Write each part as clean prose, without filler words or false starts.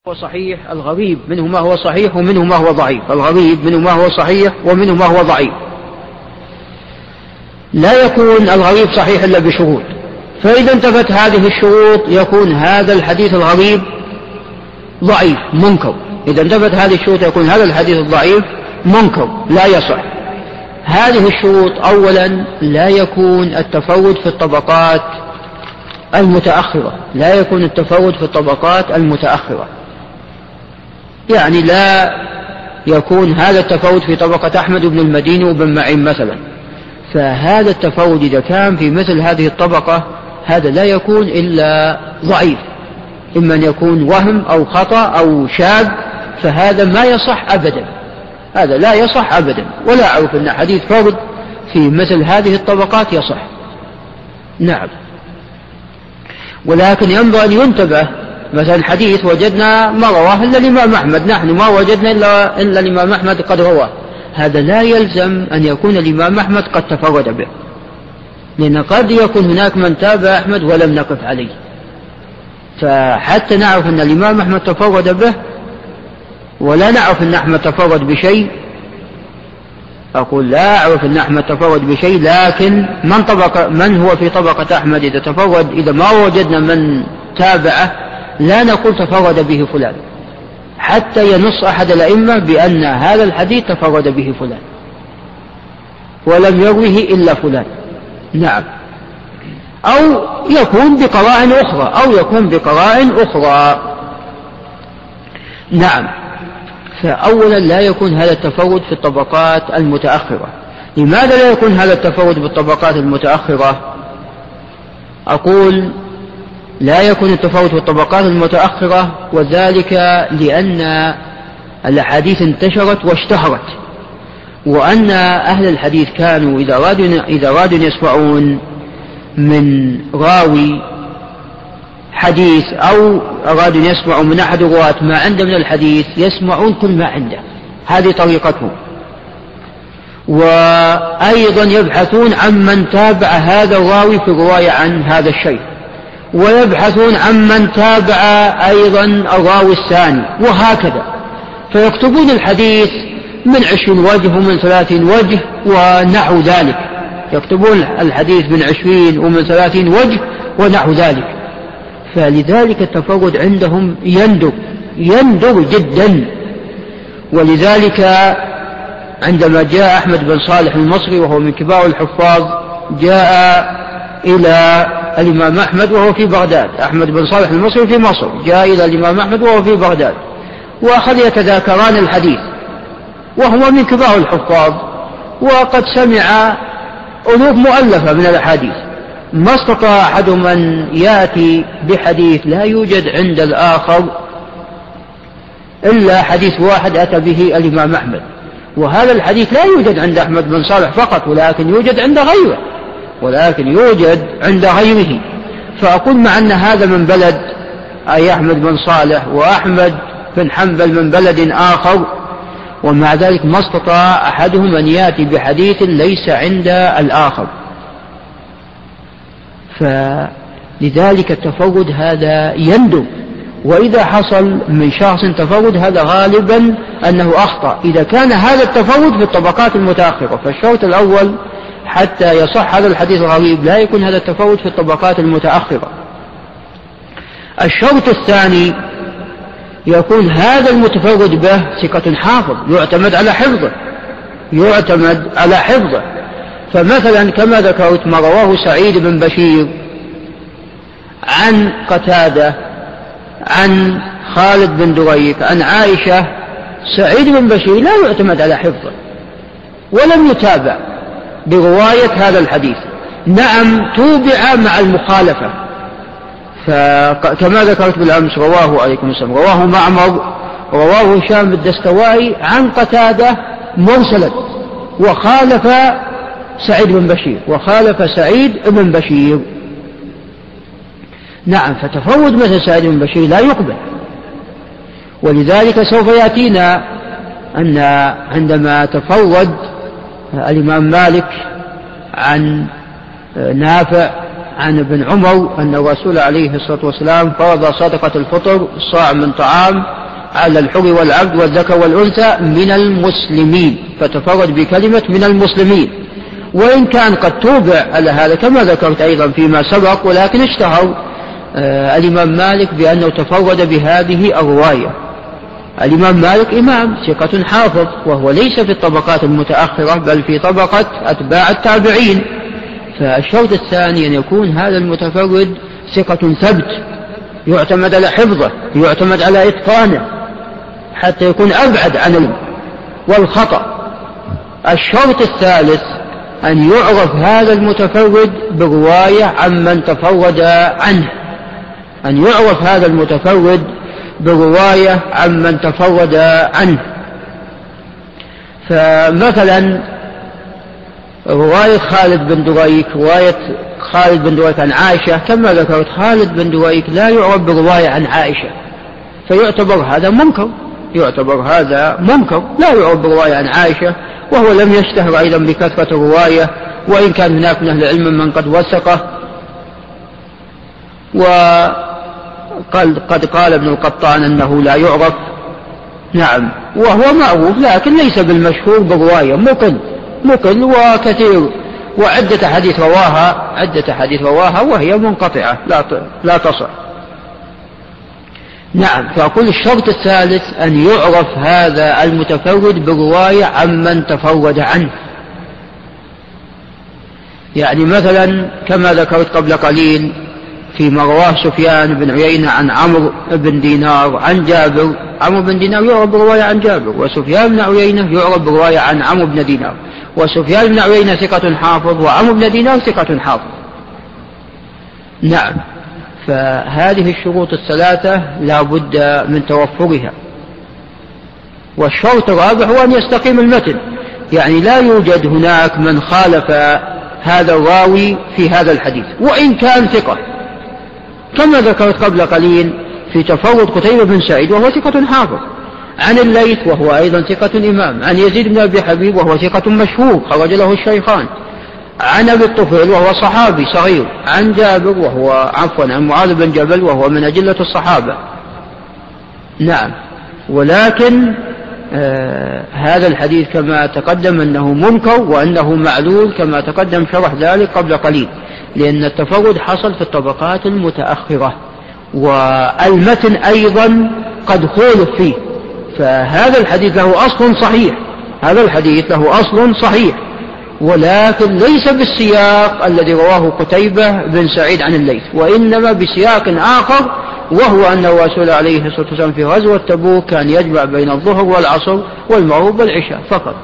هو صحيح. الغريب منه ما هو صحيح ومنه ما هو ضعيف. الغريب منه ما هو صحيح ومنه ما هو ضعيف. لا يكون الغريب صحيح إلا بشروط، فإذا انتفت هذه الشروط يكون هذا الحديث الغريب ضعيف منكر. إذا انتفت هذه الشروط يكون هذا الحديث الضعيف منكر لا يصح. هذه الشروط: أولا، لا يكون التفرد في الطبقات المتأخرة، لا يكون التفرد في الطبقات المتأخرة، يعني لا يكون هذا التفرد في طبقة أحمد بن المديني وبن معين مثلا، فهذا التفرد إذا كان في مثل هذه الطبقة هذا لا يكون إلا ضعيف، إما أن يكون وهم أو خطأ أو شاذ، فهذا ما يصح أبدا، هذا لا يصح أبدا، ولا أعرف أن حديث فرد في مثل هذه الطبقات يصح. نعم، ولكن ينبغي أن ينتبه. مثلا حديث وجدنا ما رواه إلا الإمام أحمد، نحن ما وجدنا إلا الإمام أحمد قد رواه، هذا لا يلزم أن يكون الإمام أحمد قد تفرد به، لأن قد يكون هناك من تابع أحمد ولم نقف عليه، فحتى نعرف أن الإمام أحمد تفرد به ولا نعرف أن أحمد تفرد بشيء، أقول لا أعرف أن أحمد تفرد بشيء، لكن من هو في طبقة أحمد إذا تفرد، إذا ما وجدنا من تابعه لا نقول تفرد به فلان، حتى ينص أحد الأئمة بأن هذا الحديث تفرد به فلان ولم يروه إلا فلان. نعم، أو يكون بقراء أخرى. نعم، فأولا لا يكون هذا التفرد في الطبقات المتأخرة. لماذا لا يكون هذا التفرد بالطبقات المتأخرة؟ أقول لا يكون التفرد في الطبقات المتأخرة، وذلك لأن الأحاديث انتشرت واشتهرت، وأن أهل الحديث كانوا إذا أرادوا يسمعون من راوي حديث أو أرادوا يسمعوا من أحد الرواة ما عنده من الحديث يسمعون كل ما عنده، هذه طريقتهم. وأيضا يبحثون عن من تابع هذا الراوي في الرواية عن هذا الشيء، ويبحثون عن من تابع أيضا الراوي الثاني، وهكذا، فيكتبون الحديث من 20 وجه ومن 30 وجه ونحو ذلك، يكتبون الحديث من 20 ومن 30 وجه ونحو ذلك، فلذلك التفرد عندهم يندر جدا. ولذلك عندما جاء أحمد بن صالح المصري وهو من كبار الحفاظ جاء إلى الإمام أحمد وهو في بغداد، أحمد بن صالح المصري في مصر جاء إلى الإمام أحمد وهو في بغداد، وأخذ يتذاكران الحديث، وهو من كبار الحفاظ وقد سمع ألوف مؤلفة من الأحاديث، ما استطاع أحدهم أن يأتي بحديث لا يوجد عند الآخر إلا حديث واحد أتى به الإمام أحمد، وهذا الحديث لا يوجد عند أحمد بن صالح فقط، ولكن يوجد عند غيره. فأقول مع أن هذا من بلد أي أحمد بن صالح وأحمد بن حنبل من بلد آخر، ومع ذلك ما استطاع أحدهم أن يأتي بحديث ليس عند الآخر، فلذلك التفرد هذا يندب. وإذا حصل من شخص تفرد هذا غالبا أنه أخطأ إذا كان هذا التفرد في الطبقات المتأخرة. فالشرط الأول حتى يصح هذا الحديث الغريب لا يكون هذا التفرد في الطبقات المتأخرة. الشرط الثاني يكون هذا المتفرد به ثقة حافظ يعتمد على حفظه. فمثلا كما ذكرت ما رواه سعيد بن بشير عن قتادة عن خالد بن دريك عن عائشة، سعيد بن بشير لا يعتمد على حفظه ولم يتابع برواية هذا الحديث، نعم توبع مع المخالفة، فكما ذكرت بالأمس رواه معمر رواه هشام الدستوائي عن قتادة مرسلا وخالف سعيد بن بشير. نعم، فتفرد مثل سعيد بن بشير لا يقبل. ولذلك سوف يأتينا أن عندما تفرد الإمام مالك عن نافع عن ابن عمر أن الرسول عليه الصلاة والسلام فرض صدقة الفطر صاع من طعام على الحر والعبد والذكر والأنثى من المسلمين، فتفرد بكلمة من المسلمين، وإن كان قد توبع على هذا كما ذكرت أيضا فيما سبق، ولكن اشتهر الإمام مالك بأنه تفرد بهذه الرواية. الإمام مالك إمام ثقة حافظ، وهو ليس في الطبقات المتأخرة بل في طبقة أتباع التابعين، فالشرط الثاني أن يكون هذا المتفرد ثقة ثبت يعتمد على حفظه، يعتمد على إتقانه، حتى يكون أبعد عن والخطأ. الشرط الثالث أن يعرف هذا المتفرد برواية عمن تفرد عنه، أن يعرف هذا المتفرد برواية عمن تفرد عنه. فمثلا رواية خالد بن دريك، رواية خالد بن دريك عن عائشة كما ذكرت، خالد بن دريك لا يعرف برواية عن عائشة، فيعتبر هذا منكر، يعتبر هذا منكر، لا يعرف برواية عن عائشة، وهو لم يشتهر أيضا بكثرة الرواية، وإن كان هناك من أهل العلم من قد وثقه، وقد قال ابن القطان أنه لا يعرف، نعم، وهو معروف لكن ليس بالمشهور برواية، مقل وكثير، وعدة حديث رواها وهي منقطعة لا تصح. نعم، فأقول الشرط الثالث أن يعرف هذا المتفرد برواية عمن تفرد عنه. يعني مثلا كما ذكرت قبل قليل فيما رواه سفيان بن عيينة عن عمرو بن دينار عن جابر، عمرو بن دينار يعرف برواية عن جابر، وسفيان بن عيينة يعرف برواية عن عمرو بن دينار، وسفيان بن عيينة ثقة حافظ وعمرو بن دينار ثقة حافظ. نعم، فهذه الشروط الثلاثة لا بد من توفرها. والشرط الرابع هو أن يستقيم المتن، يعني لا يوجد هناك من خالف هذا الراوي في هذا الحديث وإن كان ثقة، كما ذكرت قبل قليل في تفرد قتيبة بن سعيد وهو ثقة حافظ، عن الليث وهو أيضا ثقة إمام، عن يزيد بن أبي حبيب وهو ثقة مشهور خرج له الشيخان، عن أبي الطفيل وهو صحابي صغير، عن جابر وهو عن معاذ بن جبل وهو من أجلة الصحابة. نعم، ولكن هذا الحديث كما تقدم أنه منكر وأنه معلول كما تقدم شرح ذلك قبل قليل، لأن التفرد حصل في الطبقات المتأخرة، والمتن أيضا قد خولف فيه، فهذا الحديث له أصل صحيح، هذا الحديث له أصل صحيح، ولكن ليس بالسياق الذي رواه قتيبة بن سعيد عن الليث، وإنما بسياق آخر، وهو أن الرسول عليه الصلاة والسلام في غزوة تبوك كان يجمع بين الظهر والعصر والمغرب والعشاء فقط.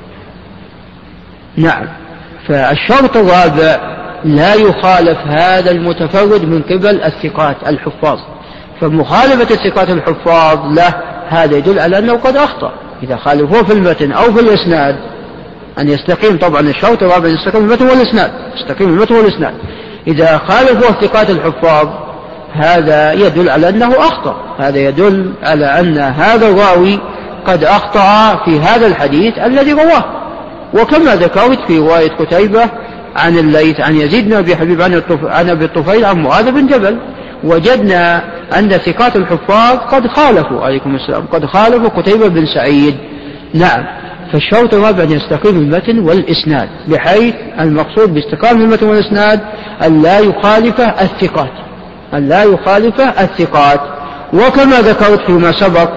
نعم، فالشرط الرابع لا يخالف هذا المتفرد من قبل الثقات الحفاظ، فمخالفة الثقات الحفاظ له هذا يدل على أنه قد أخطأ، إذا خالفوه في المتن أو في الإسناد أن يستقيم، طبعا الشرط الرابع يستقيم المتن والإسناد، يستقيم المتن والإسناد، إذا خالفوه الثقات الحفاظ هذا يدل على أنه أخطأ، هذا يدل على أن هذا الراوي قد أخطأ في هذا الحديث الذي رواه. وكما ذكرت في رواية قتيبة عن الليث عن يزيد بن أبي حبيب عن أبي الطفيل عن معاذ بن جبل، وجدنا أن ثقات الحفاظ قد خالفوا، عليكم السلام، قد خالفوا قتيبة بن سعيد. نعم، فالشرط الرابع أن يستقيم المتن والإسناد، بحيث المقصود باستقامة المتن والإسناد أن لا يخالف الثقات، أن لا يخالف الثقات. وكما ذكرت فيما سبق،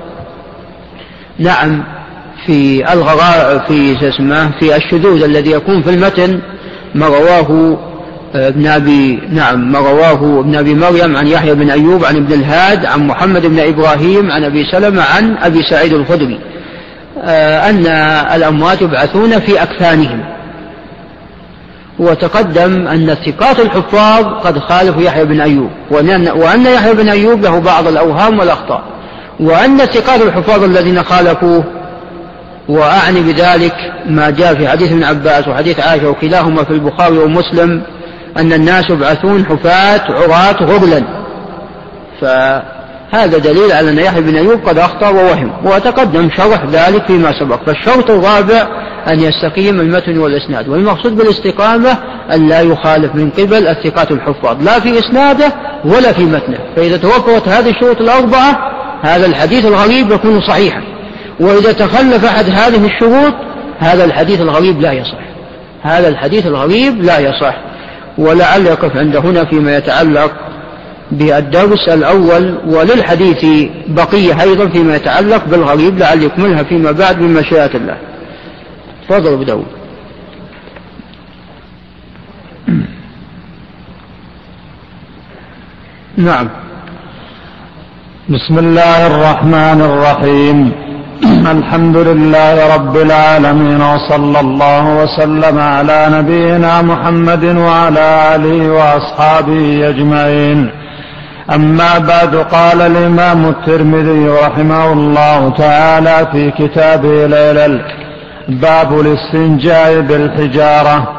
نعم، في في الشذوذ الذي يكون في المتن ما رواه ابن أبي مريم عن يحيى بن أيوب عن ابن الهاد عن محمد بن إبراهيم عن أبي سلمة عن أبي سعيد الخدري أن الأموات يبعثون في أكفانهم، وتقدم أن الثقات الحفاظ قد خالفوا يحيى بن أيوب، وأن يحيى بن أيوب له بعض الأوهام والأخطاء، وأن الثقات الحفاظ الذين خالفوه، وأعني بذلك ما جاء في حديث ابن عباس وحديث عائشة وكلاهما في البخاري ومسلم أن الناس يبعثون حفاة عراة غرلا، فهذا دليل على أن يحيى بن أيوب قد أخطأ ووهم، وتقدم شرح ذلك فيما سبق. فالشرط الرابع أن يستقيم المتن والإسناد. والمقصود بالاستقامة أن لا يخالف من قبل الثقات الحفاظ لا في إسناده ولا في متنه. فإذا توفرت هذه الشروط الأربعة هذا الحديث الغريب يكون صحيحا، وإذا تخلف أحد هذه الشروط هذا الحديث الغريب لا يصح. هذا الحديث الغريب لا يصح. ولعل يقف عند هنا فيما يتعلق بالدرس الأول، وللحديث بقية أيضا فيما يتعلق بالغريب لعل يكملها فيما بعد من مشيئة الله. تفضل أبو داود. نعم. بسم الله الرحمن الرحيم. الحمد لله رب العالمين، وصلى الله وسلم على نبينا محمد وعلى آله وأصحابه أجمعين. أما بعد، قال الإمام الترمذي رحمه الله تعالى في كتابه العلل: باب الاستنجاء بالحجارة.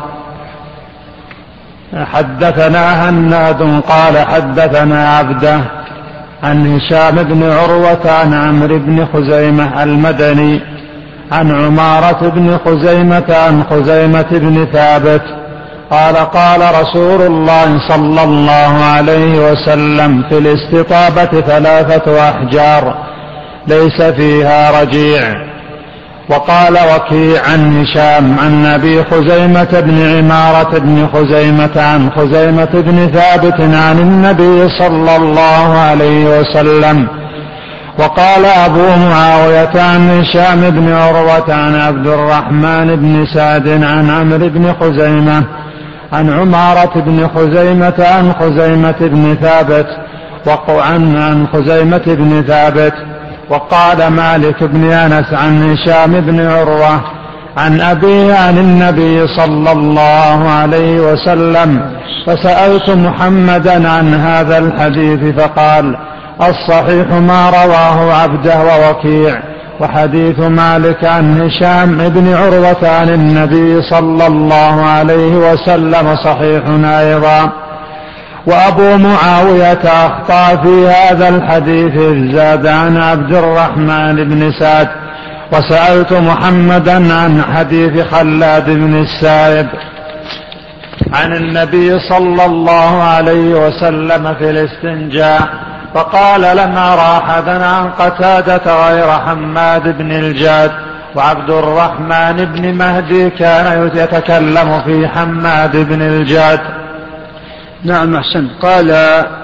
حدثنا هناد قال حدثنا عبده عن هشام بن عروة عن عمرو بن خزيمة المدني عن عمارة بن خزيمة عن خزيمة بن ثابت قال: قال رسول الله صلى الله عليه وسلم: في الاستطابة 3 أحجار ليس فيها رجيع. وقال وكيع عن هشام عن أبي خزيمة بن عمارة بن خزيمة عن خزيمة بن ثابت عن النبي صلى الله عليه وسلم. وقال أبو معاوية عن هشام بن عروة عن عبد الرحمن بن سعد عن عمرو بن خزيمة عن عمارة بن خزيمة عن خزيمة بن ثابت عن خزيمة بن ثابت. وقال مالك بن أنس عن هشام بن عروة عن أبيه عن النبي صلى الله عليه وسلم: فسألت محمدا عن هذا الحديث فقال: الصحيح ما رواه عبده ووكيع، وحديث مالك عن هشام بن عروة عن النبي صلى الله عليه وسلم صحيح أيضا. وأبو معاوية أخطأ في هذا الحديث إذ زاد عن عبد الرحمن بن سعد. وسألت محمدا عن حديث خلاد بن السائب عن النبي صلى الله عليه وسلم في الاستنجاء فقال: لم أرى أحدا عن قتادة غير حماد بن الجاد. وعبد الرحمن بن مهدي كان يتكلم في حماد بن الجاد. نعم أحسن. قال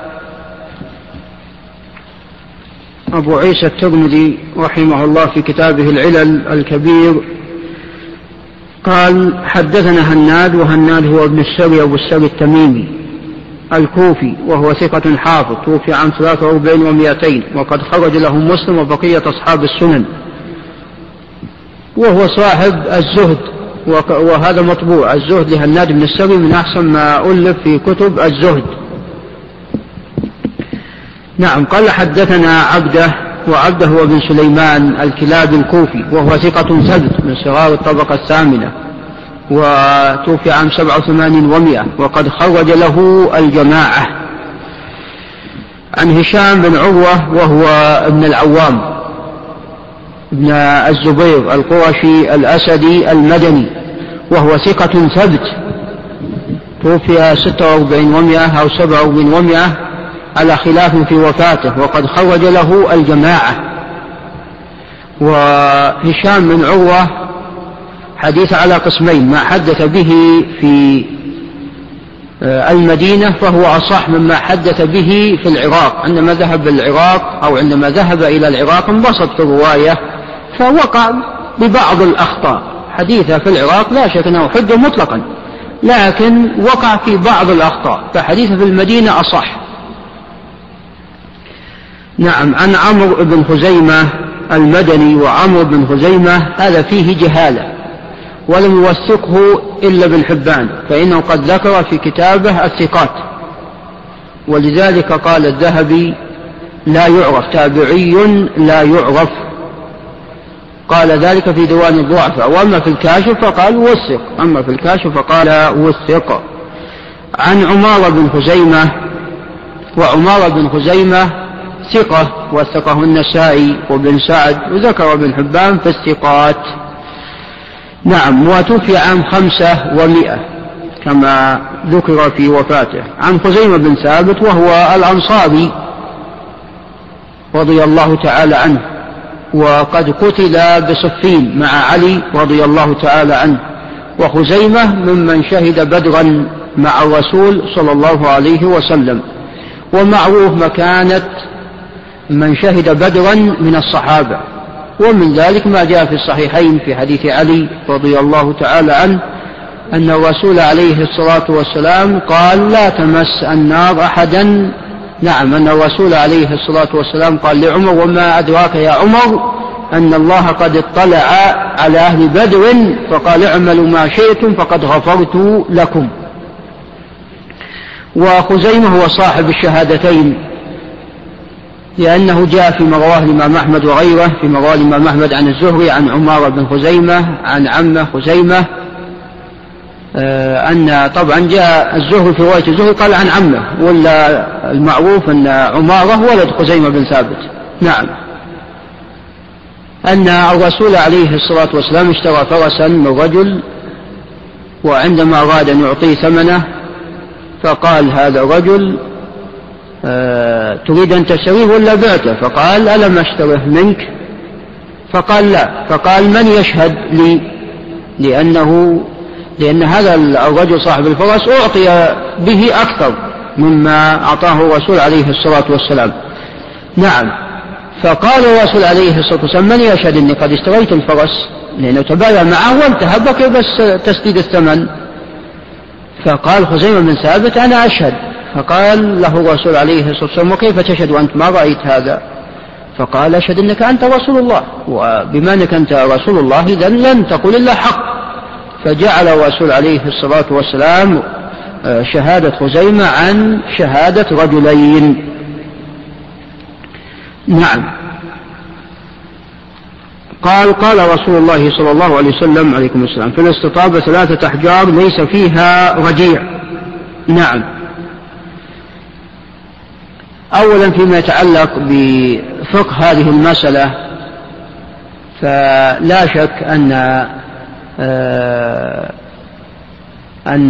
أبو عيسى الترمذي رحمه الله في كتابه العلل الكبير قال: حدثنا هناد، وهناد هو ابن السري أبو السري التميمي الكوفي، وهو ثقة حافظ، توفي عام 43 و200، وقد خرج له مسلم وبقية أصحاب السنن، وهو صاحب الزهد، وهذا مطبوع الزهد لهناد بن السري من أحسن ما ألف في كتب الزهد. نعم. قال: حدثنا عبده، وعبده هو بن سليمان الكلابي الكوفي، وهو ثقة ثبت من صغار الطبقة الثامنة، وتوفي عام 87 و100، وقد خرج له الجماعة. عن هشام بن عروة وهو ابن العوام ابن الزبير القرشي الأسدي المدني، وهو ثقة ثبت، توفي 46 و100 أو 47 و100 على خلاف في وفاته، وقد خرج له الجماعة. وهشام بن عروة حديث على قسمين: ما حدث به في المدينة فهو أصح مما حدث به في العراق. عندما ذهب العراق أو عندما ذهب إلى العراق انبسط في الرواية فوقع ببعض الأخطاء. حديثه في العراق لا شك أنه حجة مطلقا، لكن وقع في بعض الأخطاء، فحديثه في المدينة أصح. نعم. عن عمرو بن خزيمة المدني، وعمرو بن خزيمة هذا فيه جهالة، ولم يوثقه إلا ابن حبان، فإنه قد ذكر في كتابه الثقات، ولذلك قال الذهبي: لا يعرف، تابعي لا يعرف. قال ذلك في ديوان الضعفاء. وأما في الكاشف فقال وثق، أما في الكاشف فقال وثق. عن عمارة بن خزيمة، وعمارة بن خزيمة ثقة، وثقه النسائي وابن سعد، وذكر ابن حبان في الثقات. نعم. وتوفي عام 500 كما ذكر في وفاته. عن خزيمة بن ثابت وهو الأنصاري رضي الله تعالى عنه، وقد قتل بصفين مع علي رضي الله تعالى عنه. وخزيمة ممن شهد بدرا مع الرسول صلى الله عليه وسلم، ومعروف مكانة من شهد بدرا من الصحابة، ومن ذلك ما جاء في الصحيحين في حديث علي رضي الله تعالى عنه أن الرسول عليه الصلاة والسلام قال لا تمس النار أحدا. نعم، أن الرسول عليه الصلاة والسلام قال لعمر وما أدراك يا عمر أن الله قد اطلع على أهل بدر فقال اعملوا ما شئتم فقد غفرت لكم. وخزيمة هو صاحب الشهادتين، لأنه جاء في رواه الإمام أحمد وغيره، في رواه الإمام أحمد عن الزهري عن عمارة بن خزيمة عن عمه خزيمة، أن طبعا جاء الزهري في رواية الزهري قال عن عمه، ولا المعروف أن عمارة ولد خزيمة بن ثابت. نعم. أن الرسول عليه الصلاة والسلام اشترى فرسا من رجل، وعندما أراد أن يعطيه ثمنه فقال هذا الرجل تريد أن تشتريه ولا بعته؟ فقال ألم أشتره منك؟ فقال لا. فقال من يشهد لي؟ لأن هذا الرجل صاحب الفرس أعطي به أكثر مما أعطاه الرسول عليه الصلاة والسلام. نعم. فقال الرسول عليه الصلاة والسلام من يشهد أني قد اشتريت الفرس؟ لأنه تبايع معه وانتهى بقي بس تسديد الثمن. فقال خزيمة بن ثابت أنا أشهد. فقال له الرسول عليه الصلاة والسلام وكيف تشهد وأنت ما رأيت هذا؟ فقال أشهد أنك أنت رسول الله، وبما أنك أنت رسول الله إذن لن تقول إلا حق. فجعل الرسول عليه الصلاة والسلام شهادة خزيمة عن شهادة رجلين. نعم. قال رسول الله صلى الله عليه وسلم عليكم السلام في الاستطابة 3 أحجار ليس فيها رجيع. نعم. أولا فيما يتعلق بفقه هذه المسألة، فلا شك أن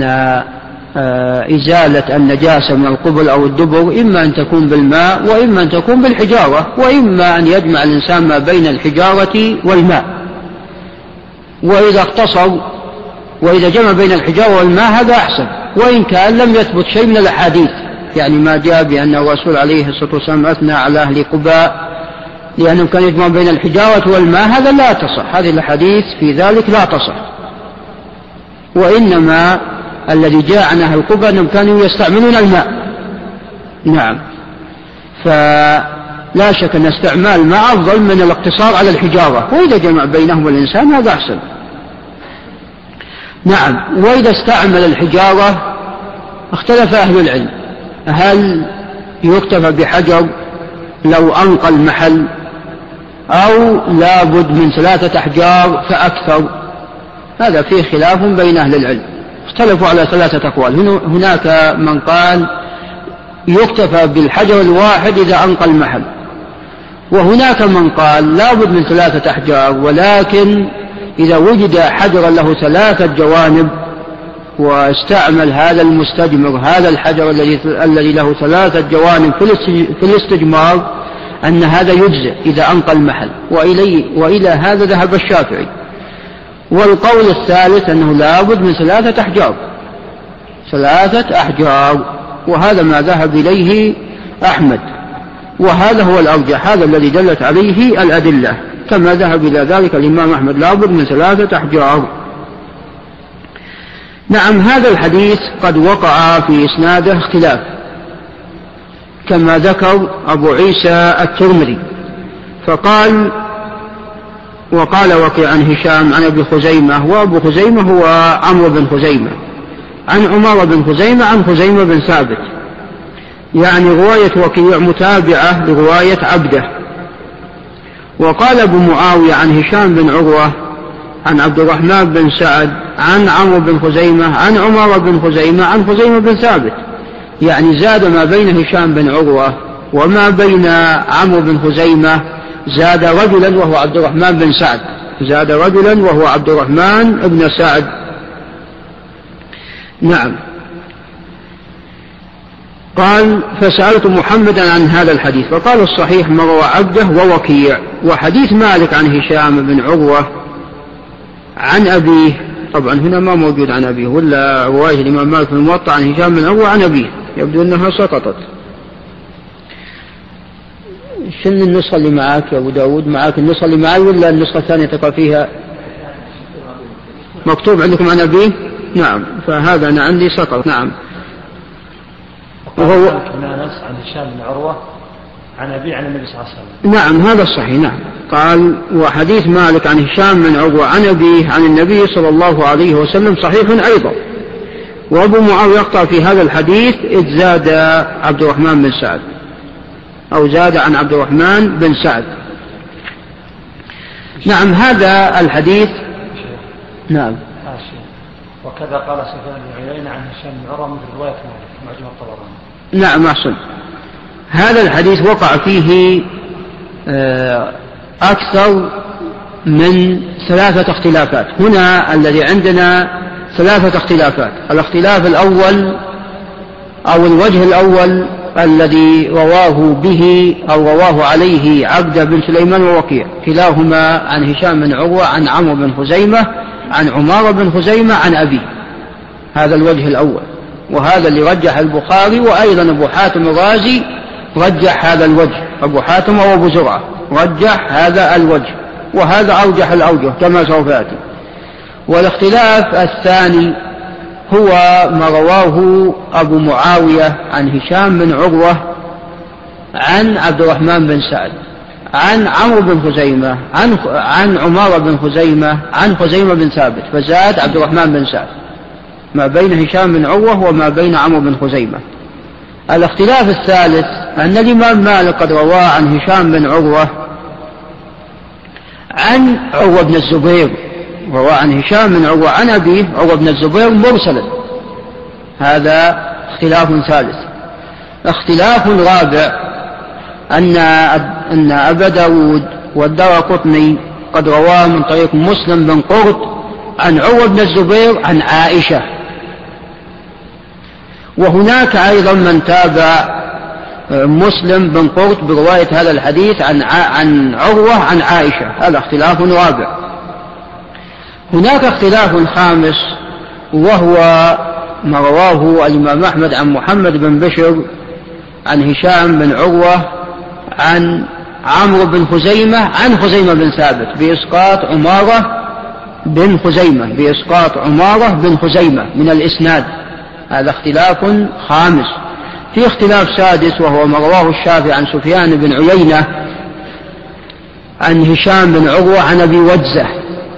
إزالة النجاسة من القبل أو الدبر إما أن تكون بالماء وإما أن تكون بالحجارة، وإما أن يجمع الإنسان ما بين الحجارة والماء. وإذا اقتصر وإذا جمع بين الحجارة والماء هذا أحسن، وإن كان لم يثبت شيء من الأحاديث، يعني ما جاء بأن الرسول عليه الصلاة والسلام أثنى على أهل قباء لأنهم كانوا يجمعون بين الحجارة والماء، هذا لا تصح، هذه الأحاديث في ذلك لا تصح. وإنما الذي جاء عن أهل قباء أنهم كانوا يستعملون الماء. نعم. فلا شك أن استعمال الماء أفضل من الاقتصار على الحجارة، وإذا جمع بينهم الإنسان هذا أحسن. نعم. وإذا استعمل الحجارة اختلف أهل العلم هل يكتفى بحجر لو أنقى المحل أو لابد من 3 أحجار فأكثر؟ هذا فيه خلاف بين أهل العلم، اختلفوا على 3 أقوال. هناك من قال يكتفى بالحجر الواحد إذا أنقى المحل، وهناك من قال لابد من 3 أحجار، ولكن إذا وجد حجرا له 3 جوانب واستعمل هذا المستجمر هذا الحجر الذي له 3 جوانب في الاستجمار أن هذا يجزئ إذا أنقى المحل، وإلى هذا ذهب الشافعي. والقول الثالث أنه لابد من 3 أحجار، 3 أحجار، وهذا ما ذهب إليه أحمد، وهذا هو الأرجح، هذا الذي دلت عليه الأدلة، كما ذهب إلى ذلك الإمام أحمد لابد من 3 أحجار. نعم. هذا الحديث قد وقع في إسناده اختلاف كما ذكر أبو عيسى الترمذي، وقال وكيع عن هشام عن أبي خزيمة، وأبو خزيمة هو عمرو بن خزيمة، عن عمارة بن خزيمة عن خزيمة بن ثابت، يعني رواية وكيع متابعة لرواية عبده. وقال أبو معاوية عن هشام بن عروة عن عبد الرحمن بن سعد عن عمرو بن خزيمة عن عمارة بن خزيمة عن خزيمة بن ثابت، يعني زاد ما بين هشام بن عروة وما بين عمرو بن خزيمة، زاد رجلا وهو عبد الرحمن بن سعد، زاد رجلا وهو عبد الرحمن بن سعد. نعم. قال فسألت محمدا عن هذا الحديث فقال الصحيح ما روى عبده ووكيع. وحديث مالك عن هشام بن عروة عن أبيه، طبعا هنا ما موجود عن أبيه، ولا رواية الإمام مالك في الموطأ عن هشام بن عروة عن أبيه، يبدو أنها سقطت. شن النسخة اللي معك يا أبو داود؟ معك النسخة اللي معي ولا النسخة الثانية تقرأ فيها مكتوب عندكم عن أبيه؟ نعم، فهذا أنا عندي سقط. نعم. وهو ناس عن هشام بن عروة عن أبيه عن النبي صلى الله عليه وسلم. نعم هذا الصحيح. نعم. قال وحديث مالك عن هشام بن عروة عن أبيه عن النبي صلى الله عليه وسلم صحيح أيضا. وأبو معاوية يقطع في هذا الحديث إذ زاد عبد الرحمن بن سعد، أو زاد عن عبد الرحمن بن سعد. نعم هذا الحديث. نعم. وكذا قال سفيان بن عيينة عن هشام بن عروة مثل رواية مالك معجم الطبراني. نعم أحسن. هذا الحديث وقع فيه أكثر من 3 اختلافات. هنا الذي عندنا 3 اختلافات. الاختلاف الأول أو الوجه الأول الذي رواه به أو رواه عليه عبده بن سليمان ووكيع، كلاهما عن هشام بن عروة عن عمرو بن خزيمة عن عمارة بن خزيمة عن أبيه. هذا الوجه الأول، وهذا اللي رجح البخاري، وأيضا أبو حاتم الرازي رجح هذا الوجه، أبو حاتم أو أبو زرعة رجح هذا الوجه، وهذا أرجح الأوجه كما سوف يأتي. والاختلاف الثاني هو ما رواه أبو معاوية عن هشام بن عروة عن عبد الرحمن بن سعد عن عمرو بن خزيمة عن عمارة بن خزيمة عن خزيمة بن ثابت، فزاد عبد الرحمن بن سعد ما بين هشام بن عروة وما بين عمرو بن خزيمة. الاختلاف الثالث أن الإمام مالك قد رواه عن هشام بن عروة عن عروة بن الزبير، رواه عن هشام بن عروة عن أبيه عروة بن الزبير مرسلا. هذا اختلاف ثالث. اختلاف رابع أن أبا داود والدارقطني قد رواه من طريق مسلم بن قرط عن عروة بن الزبير عن عائشة. وهناك أيضا من تابع مسلم بن قرط برواية هذا الحديث عن عروة عن عائشة. هذا اختلاف رابع. هناك اختلاف خامس وهو ما رواه الإمام أحمد عن محمد بن بشر عن هشام بن عروة عن عمرو بن خزيمة عن خزيمة بن ثابت بإسقاط عمارة بن خزيمة من الإسناد. هذا اختلاف خامس. في اختلاف سادس وهو ما رواه الشافعي عن سفيان بن عيينة عن هشام بن عروة عن أبي وجزة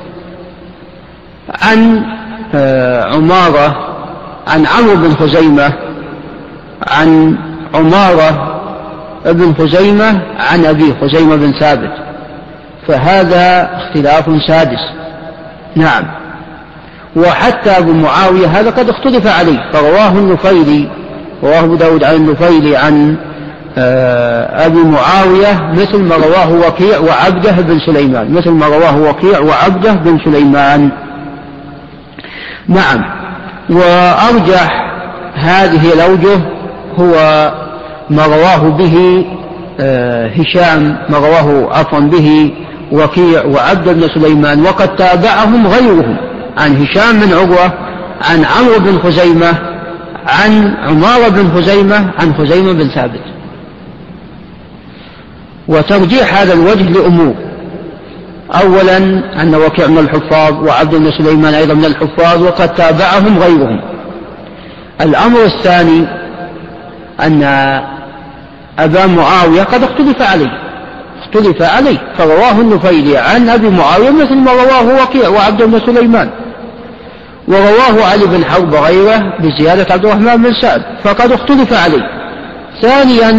عن عمارة عن عمرو بن خزيمة عن عمارة ابن خزيمة عن أبي خزيمة بن ثابت، فهذا اختلاف سادس. نعم. وحتى أبو معاوية هذا قد اختلف عليه، فرواه النفيلي، رواه أبو داود عن النفيلي عن أبي معاوية مثل ما رواه وكيع وعبده بن سليمان، مثل ما رواه وكيع وعبده بن سليمان. نعم. وأرجح هذه الأوجه هو ما رواه به هشام، ما رواه عفوا به وكيع وعبد بن سليمان، وقد تابعهم غيرهم عن هشام بن عروة عن عمرو بن خزيمة عن عمارة بن خزيمة عن خزيمة بن ثابت. وترجيح هذا الوجه لأمور: أولا أن وكيع من الحفاظ وعبد بن سليمان أيضا من الحفاظ وقد تابعهم غيرهم. الأمر الثاني أن أبا معاوية قد اختلف عليه فرواه النفيلي عن أبي معاوية مثل ما رواه وكيع وعبد بن سليمان، ورواه علي بن حرب غيره بزيادة عبد الرحمن بن سعد فقد اختلف عليه. ثانيا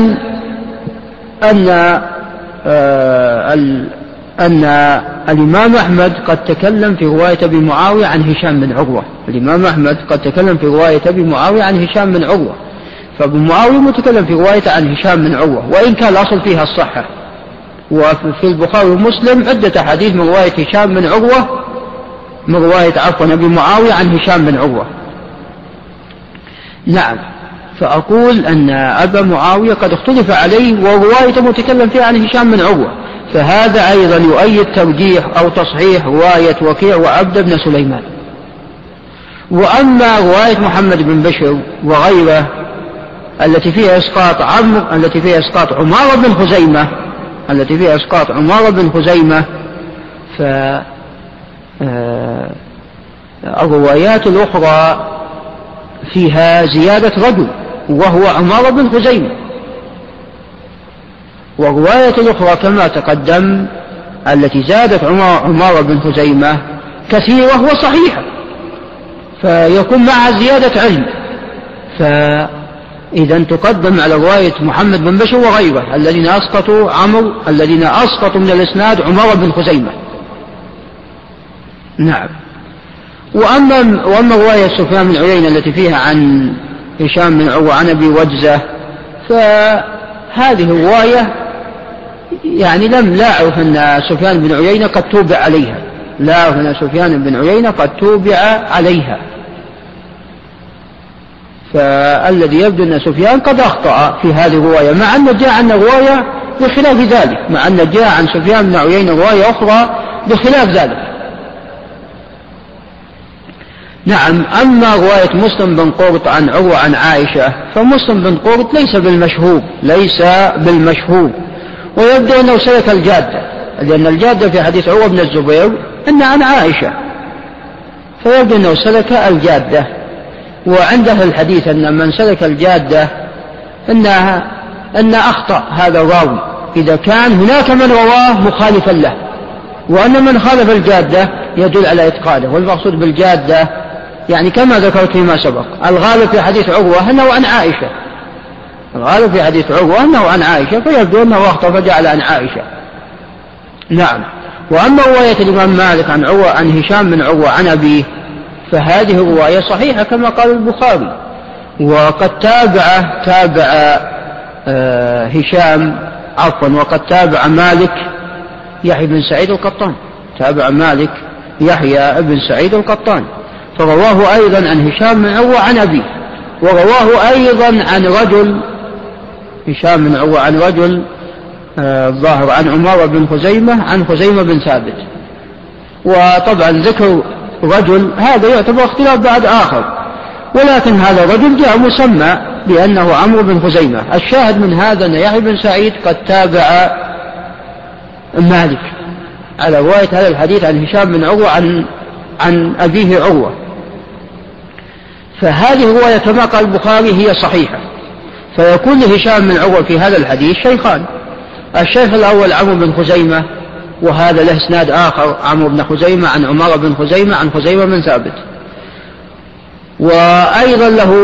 أن الإمام أحمد قد تكلم في رواية أبي معاوية عن هشام بن عروة، الإمام أحمد قد تكلم في رواية أبي معاوية عن هشام بن عروة، فأبو معاوية متكلم في رواية عن هشام بن عروة، وإن كان الأصل فيها الصحة، وفي البخاري ومسلم عدة أحاديث من رواية هشام بن عروة، من رواية أبي معاوية عن هشام بن عروة. نعم، فأقول أن أبا معاوية قد اختلف عليه ورواية متكلم فيها عن هشام بن عروة، فهذا أيضا يؤيد ترجيح أو تصحيح رواية وكيع وعبد بن سليمان. وأما رواية محمد بن بشر وغيره التي فيها إسقاط التي فيها إسقاط عمارة بن خزيمة فالروايات الأخرى فيها زيادة رجل وهو عمارة بن خزيمة، والرواية الأخرى كما تقدم التي زادت عمارة بن خزيمة كثيرة وصحيحة، فيكون معها زيادة علم، فإذا تقدم على رواية محمد بن بشر وغيره الذين أسقطوا من الإسناد عمارة بن خزيمة. نعم. وأما رواية سفيان بن عيينة التي فيها عن هشام بن عروة عن أبي وجزة، فهذه الرواية يعني لا أعرف أن سفيان بن عيينة قد توبع عليها، لا أعرف أن سفيان بن عيينة قد توبع عليها، فالذي يبدو أن سفيان قد أخطأ في هذه الرواية، مع أن جاء عن الرواية بخلاف ذلك، مع أن جاء عن سفيان بن عيينة رواية أخرى بخلاف ذلك. نعم. أما رواية مسلم بن قرط عن عروة عن عائشة، فمسلم بن قرط ليس بالمشهور، ويبدو أنه سلك الجادة، لأن الجادة في حديث عروة بن الزبير أن عن عائشة، فيبدو أنه سلك الجادة. وعند أهل الحديث أن من سلك الجادة أن أخطأ هذا الراوي إذا كان هناك من رواه مخالفا له، وأن من خالف الجادة يدل على إتقانه. والمقصود بالجادة يعني كما ذكرت فيما سبق، الغالب في حديث عروة أنه عن عائشة، فيبدو أنه أخطأ فجعل عن عائشة. نعم. وأما رواية الإمام مالك عن عروة عن هشام بن عروة عن أبيه، فهذه الرواية صحيحة كما قال البخاري، وقد وقد تابع مالك يحيى بن سعيد القطان، فرواه أيضا عن هشام بن عروة عن أبيه، ورواه أيضا عن رجل هشام بن عروة عن رجل ظاهر عن عمارة بن خزيمة عن خزيمة بن ثابت. وطبعا ذكر رجل هذا يعتبر اختلاف بعد آخر، ولكن هذا الرجل جاء مسمى بأنه عمرو بن خزيمة. الشاهد من هذا أن يحيى بن سعيد قد تابع مالك على رواية هذا الحديث عن هشام بن عروة عن أبيه عروة، فهذه الرواية كما قال البخاري هي صحيحة، فيكون لهشام بن عروة في هذا الحديث شيخان، الشيخ الأول عمرو بن خزيمة، وهذا له اسناد آخر عمرو بن خزيمة عن عمارة بن خزيمة عن خزيمة بن ثابت، وأيضا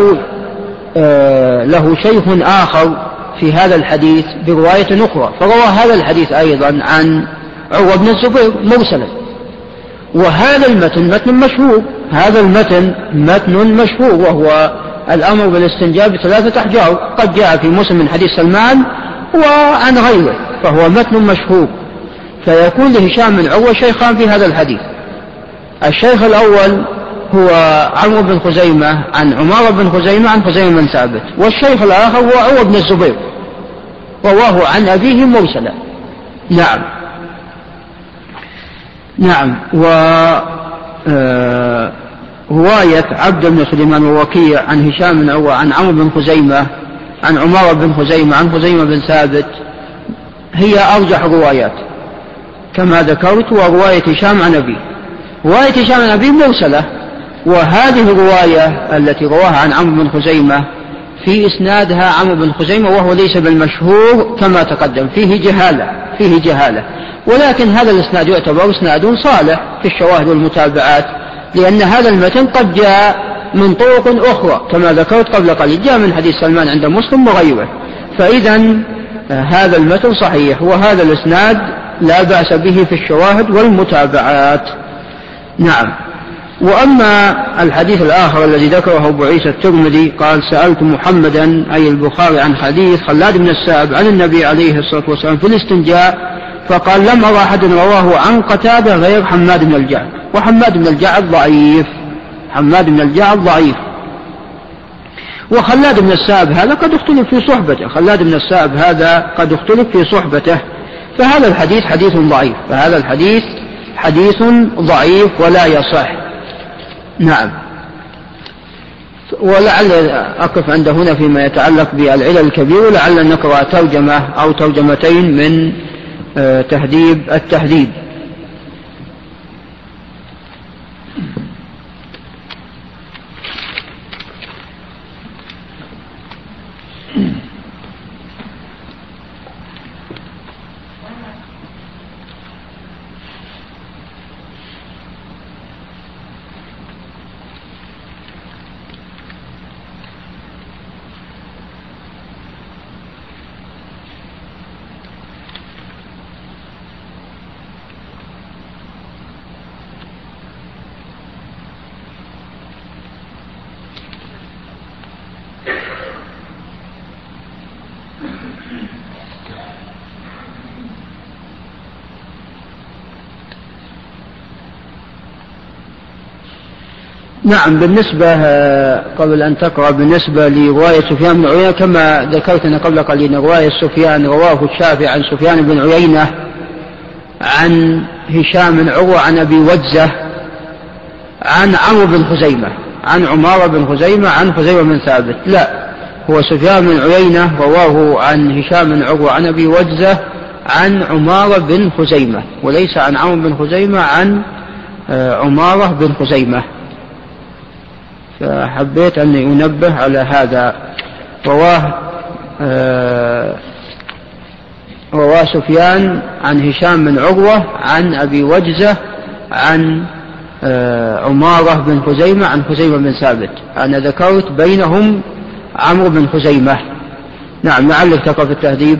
له شيخ آخر في هذا الحديث برواية أخرى، فروى هذا الحديث أيضا عن عروة بن الزبير مرسلا. وهذا المتن متن مشهور، وهو الأمر بالاستنجاء بثلاثة أحجار، قد جاء في مسلم من حديث سلمان وعن غيره، فهو متن مشهور، فيكون لهشام بن عروة شيخان في هذا الحديث. الشيخ الأول هو عمرو بن خزيمة عن عمارة بن خزيمة عن خزيمة بن ثابت، والشيخ الآخر هو عروة بن الزبير رواه عن أبيه مرسلا. نعم. ورواية عبد بن سليمان ووكيع عن هشام بن عروة عن عمرو بن خزيمة عن عمارة بن خزيمة عن خزيمة بن ثابت هي أرجح الروايات كما ذكرت، ورواية هشام عن أبيه. رواية هشام عن أبيه مرسلة، وهذه الرواية التي رواها عن عمرو بن خزيمة في إسنادها عمرو بن خزيمة وهو ليس بالمشهور كما تقدم، فيه جهالة، ولكن هذا الإسناد يعتبر إسناد صالح في الشواهد والمتابعات، لأن هذا المتن قد جاء من طرق أخرى كما ذكرت قبل قليل، جاء من حديث سلمان عند مسلم وغيره، فإذا هذا المتن صحيح، وهذا الإسناد لا بأس به في الشواهد والمتابعات. نعم. وأما الحديث الآخر الذي ذكره أبو عيسى الترمذي قال: سألت محمدا أي البخاري عن حديث خلاد بن السائب عن النبي عليه الصلاة والسلام في الاستنجاء فقال لم أرى أحد رواه عن قتادة غير حماد بن الجعد، وحماد بن الجعد ضعيف، حماد بن الجعد ضعيف. وخلاد بن السائب هذا قد اختلف في صحبته، خلاد بن السائب هذا قد اختلف في صحبته، فهذا الحديث حديث ضعيف، فهذا الحديث حديث ضعيف ولا يصح. نعم. ولعل أقف عند هنا فيما يتعلق بالعلل الكبير، ولعل نقرأ ترجمة أو ترجمتين من تهذيب التهذيب. نعم. بالنسبة قبل أن تقرأ، بالنسبة لرواية سفيان بن عيينة كما ذكرتنا قبل قليل، رواية سفيان رواه الشافعي عن سفيان بن عيينة عن هشام بن عروة عن أبي وجزة عن عمرو بن خزيمة عن عمارة بن خزيمة عن خزيمة بن ثابت. لا، هو سفيان بن عيينة رواه عن هشام بن عروة عن أبي وجزة عن عمارة بن خزيمة، وليس عن عمرو بن خزيمة عن عمارة بن خزيمة. فحبيت أن أنبه على هذا. رواه سفيان عن هشام بن عروة عن أبي وجزة عن عمارة بن خزيمة عن خزيمة بن ثابت. أنا ذكرت بينهم عمرو بن خزيمة. نعم. لعلك تقرأ في التهذيب.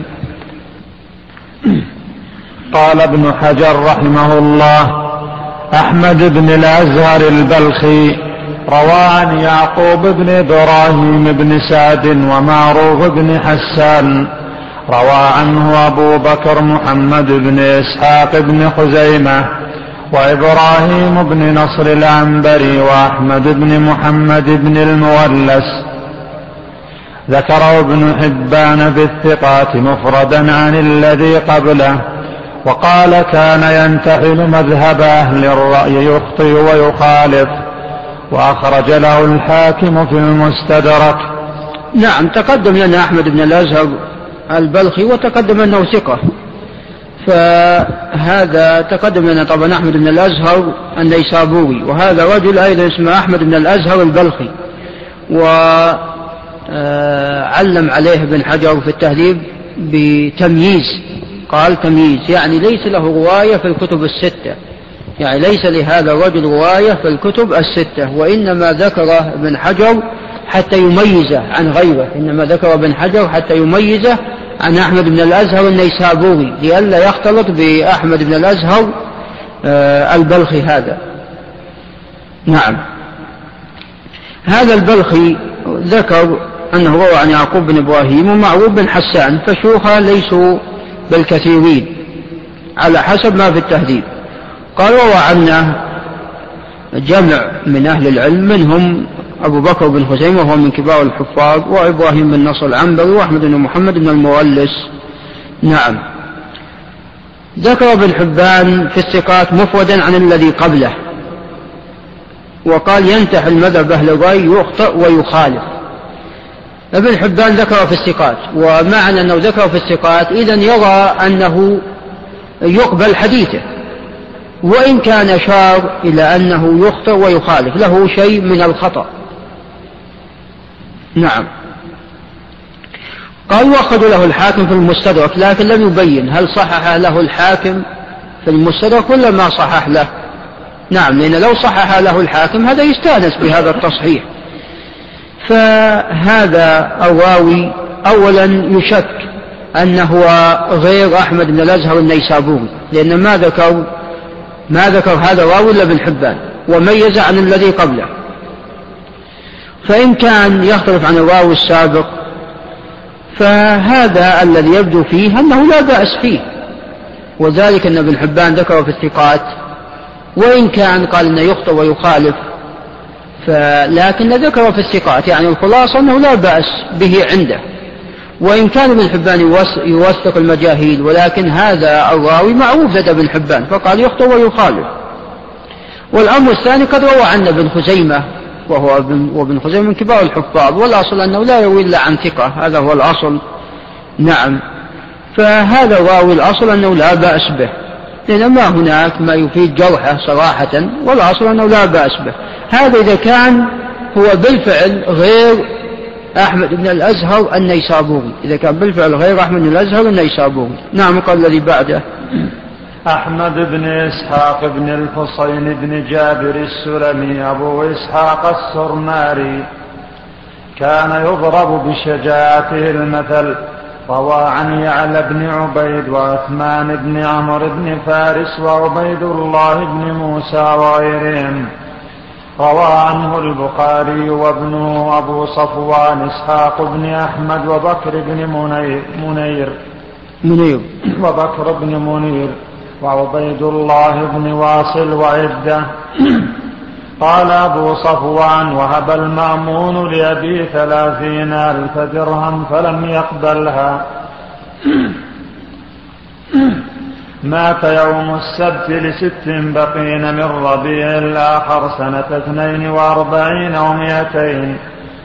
قال ابن حجر رحمه الله: أحمد بن الأزهر البلخي روى عن يعقوب بن إبراهيم بن سعد ومعروف بن حسان، روى عنه أبو بكر محمد بن إسحاق بن خزيمة وإبراهيم بن نصر العنبري وأحمد بن محمد بن المولس. ذكره ابن حبان في الثقات مفردا عن الذي قبله، وقال: كان ينتحل مذهب أهل الرأي، يخطئ ويخالف. وأخرج له الحاكم في المستدرك. نعم. تقدم لنا أحمد بن الأزهر البلخي وتقدم أنه ثقة، فهذا تقدم لنا طبعا أحمد بن الأزهر النيسابوري، وهذا رجل أيضا اسمه أحمد بن الأزهر البلخي، وعلم عليه ابن حجر في التهذيب بتمييز، قال تمييز، يعني ليس له رواية في الكتب الستة، يعني ليس لهذا الرجل رواية في الكتب الستة، وإنما ذكر ابن حجر حتى يميزه عن غيره، إنما ذكر ابن حجر حتى يميزه عن أحمد بن الأزهر النيسابوري لئلا يختلط بأحمد بن الأزهر البلخي هذا. نعم. هذا البلخي ذكر أنه روى عن يعقوب بن إبراهيم ومعروف بن حسان، فشيوخه ليسوا بالكثيرين على حسب ما في التهذيب. قال: روى عنا جمع من أهل العلم، منهم أبو بكر بن خزيمة وهو من كبار الحفاظ، وإبراهيم بن نصر العنبري، وأحمد بن محمد بن المولس. نعم. ذكر ابن حبان في الثقات مفردا عن الذي قبله، وقال: ينتحل مذهب أهل الرأي، يخطئ ويخالف. ابن حبان ذكر في الثقات، ومعنى أنه ذكر في الثقات إذن يرى أنه يقبل حديثه، وإن كان شار إلى أنه يخطئ ويخالف، له شيء من الخطأ. نعم. قال: وأخذ له الحاكم في المستدرك، لكن لم يبين هل صحح له الحاكم في المستدرك ولا ما صحح له. نعم، لأن لو صحح له الحاكم هذا يستانس بهذا التصحيح. فهذا الراوي أولا يشك أنه غير أحمد بن الأزهر النيسابوري، لأن ما ذكر هذا الراوي إلا ابن حبان، وميز عن الذي قبله. فإن كان يختلف عن الراوي السابق فهذا الذي يبدو فيه أنه لا بأس فيه، وذلك أن ابن حبان ذكر في الثقات، وإن كان قال أنه يخطئ ويخالف لكن ذكر في الثقات، يعني الخلاصة أنه لا بأس به عنده، وإن كان ابن حبان يوثق المجاهيل، ولكن هذا الراوي معروف لدى ابن حبان فقال يخطئ ويخالف. والأمر الثاني قد روى عنه ابن خزيمة، وابن خزيمة من كبار الحفاظ، والأصل أنه لا يروي إلا عن ثقة، هذا هو الأصل. نعم، فهذا الراوي الأصل أنه لا بأس به، لأن ما هناك ما يفيد جرحه صراحة، والأصل أنه لا بأس به. هذا إذا كان هو بالفعل غير أحمد بن الأزهر النيسابوري، إذا كان بالفعل غير أحمد بن الأزهر النيسابوري. نعم. قال الذي بعده أحمد بن إسحاق بن الحصين بن جابر السلمي أبو إسحاق السرماري، كان يضرب بشجاعته المثل. روى عن يعلى بن عبيد وعثمان بن عمرو بن فارس وعبيد الله بن موسى وغيرهم. روى عنه البخاري وابنه أبو صفوان إسحاق بن أحمد وبكر بن منير وعبيد الله بن واصل وعدة. قال أبو صفوان: وهب المأمون لأبي 30,000 درهم فلم يقبلها. مات يوم السبت ل6 بقين من ربيع الآخر سنة 42 و200.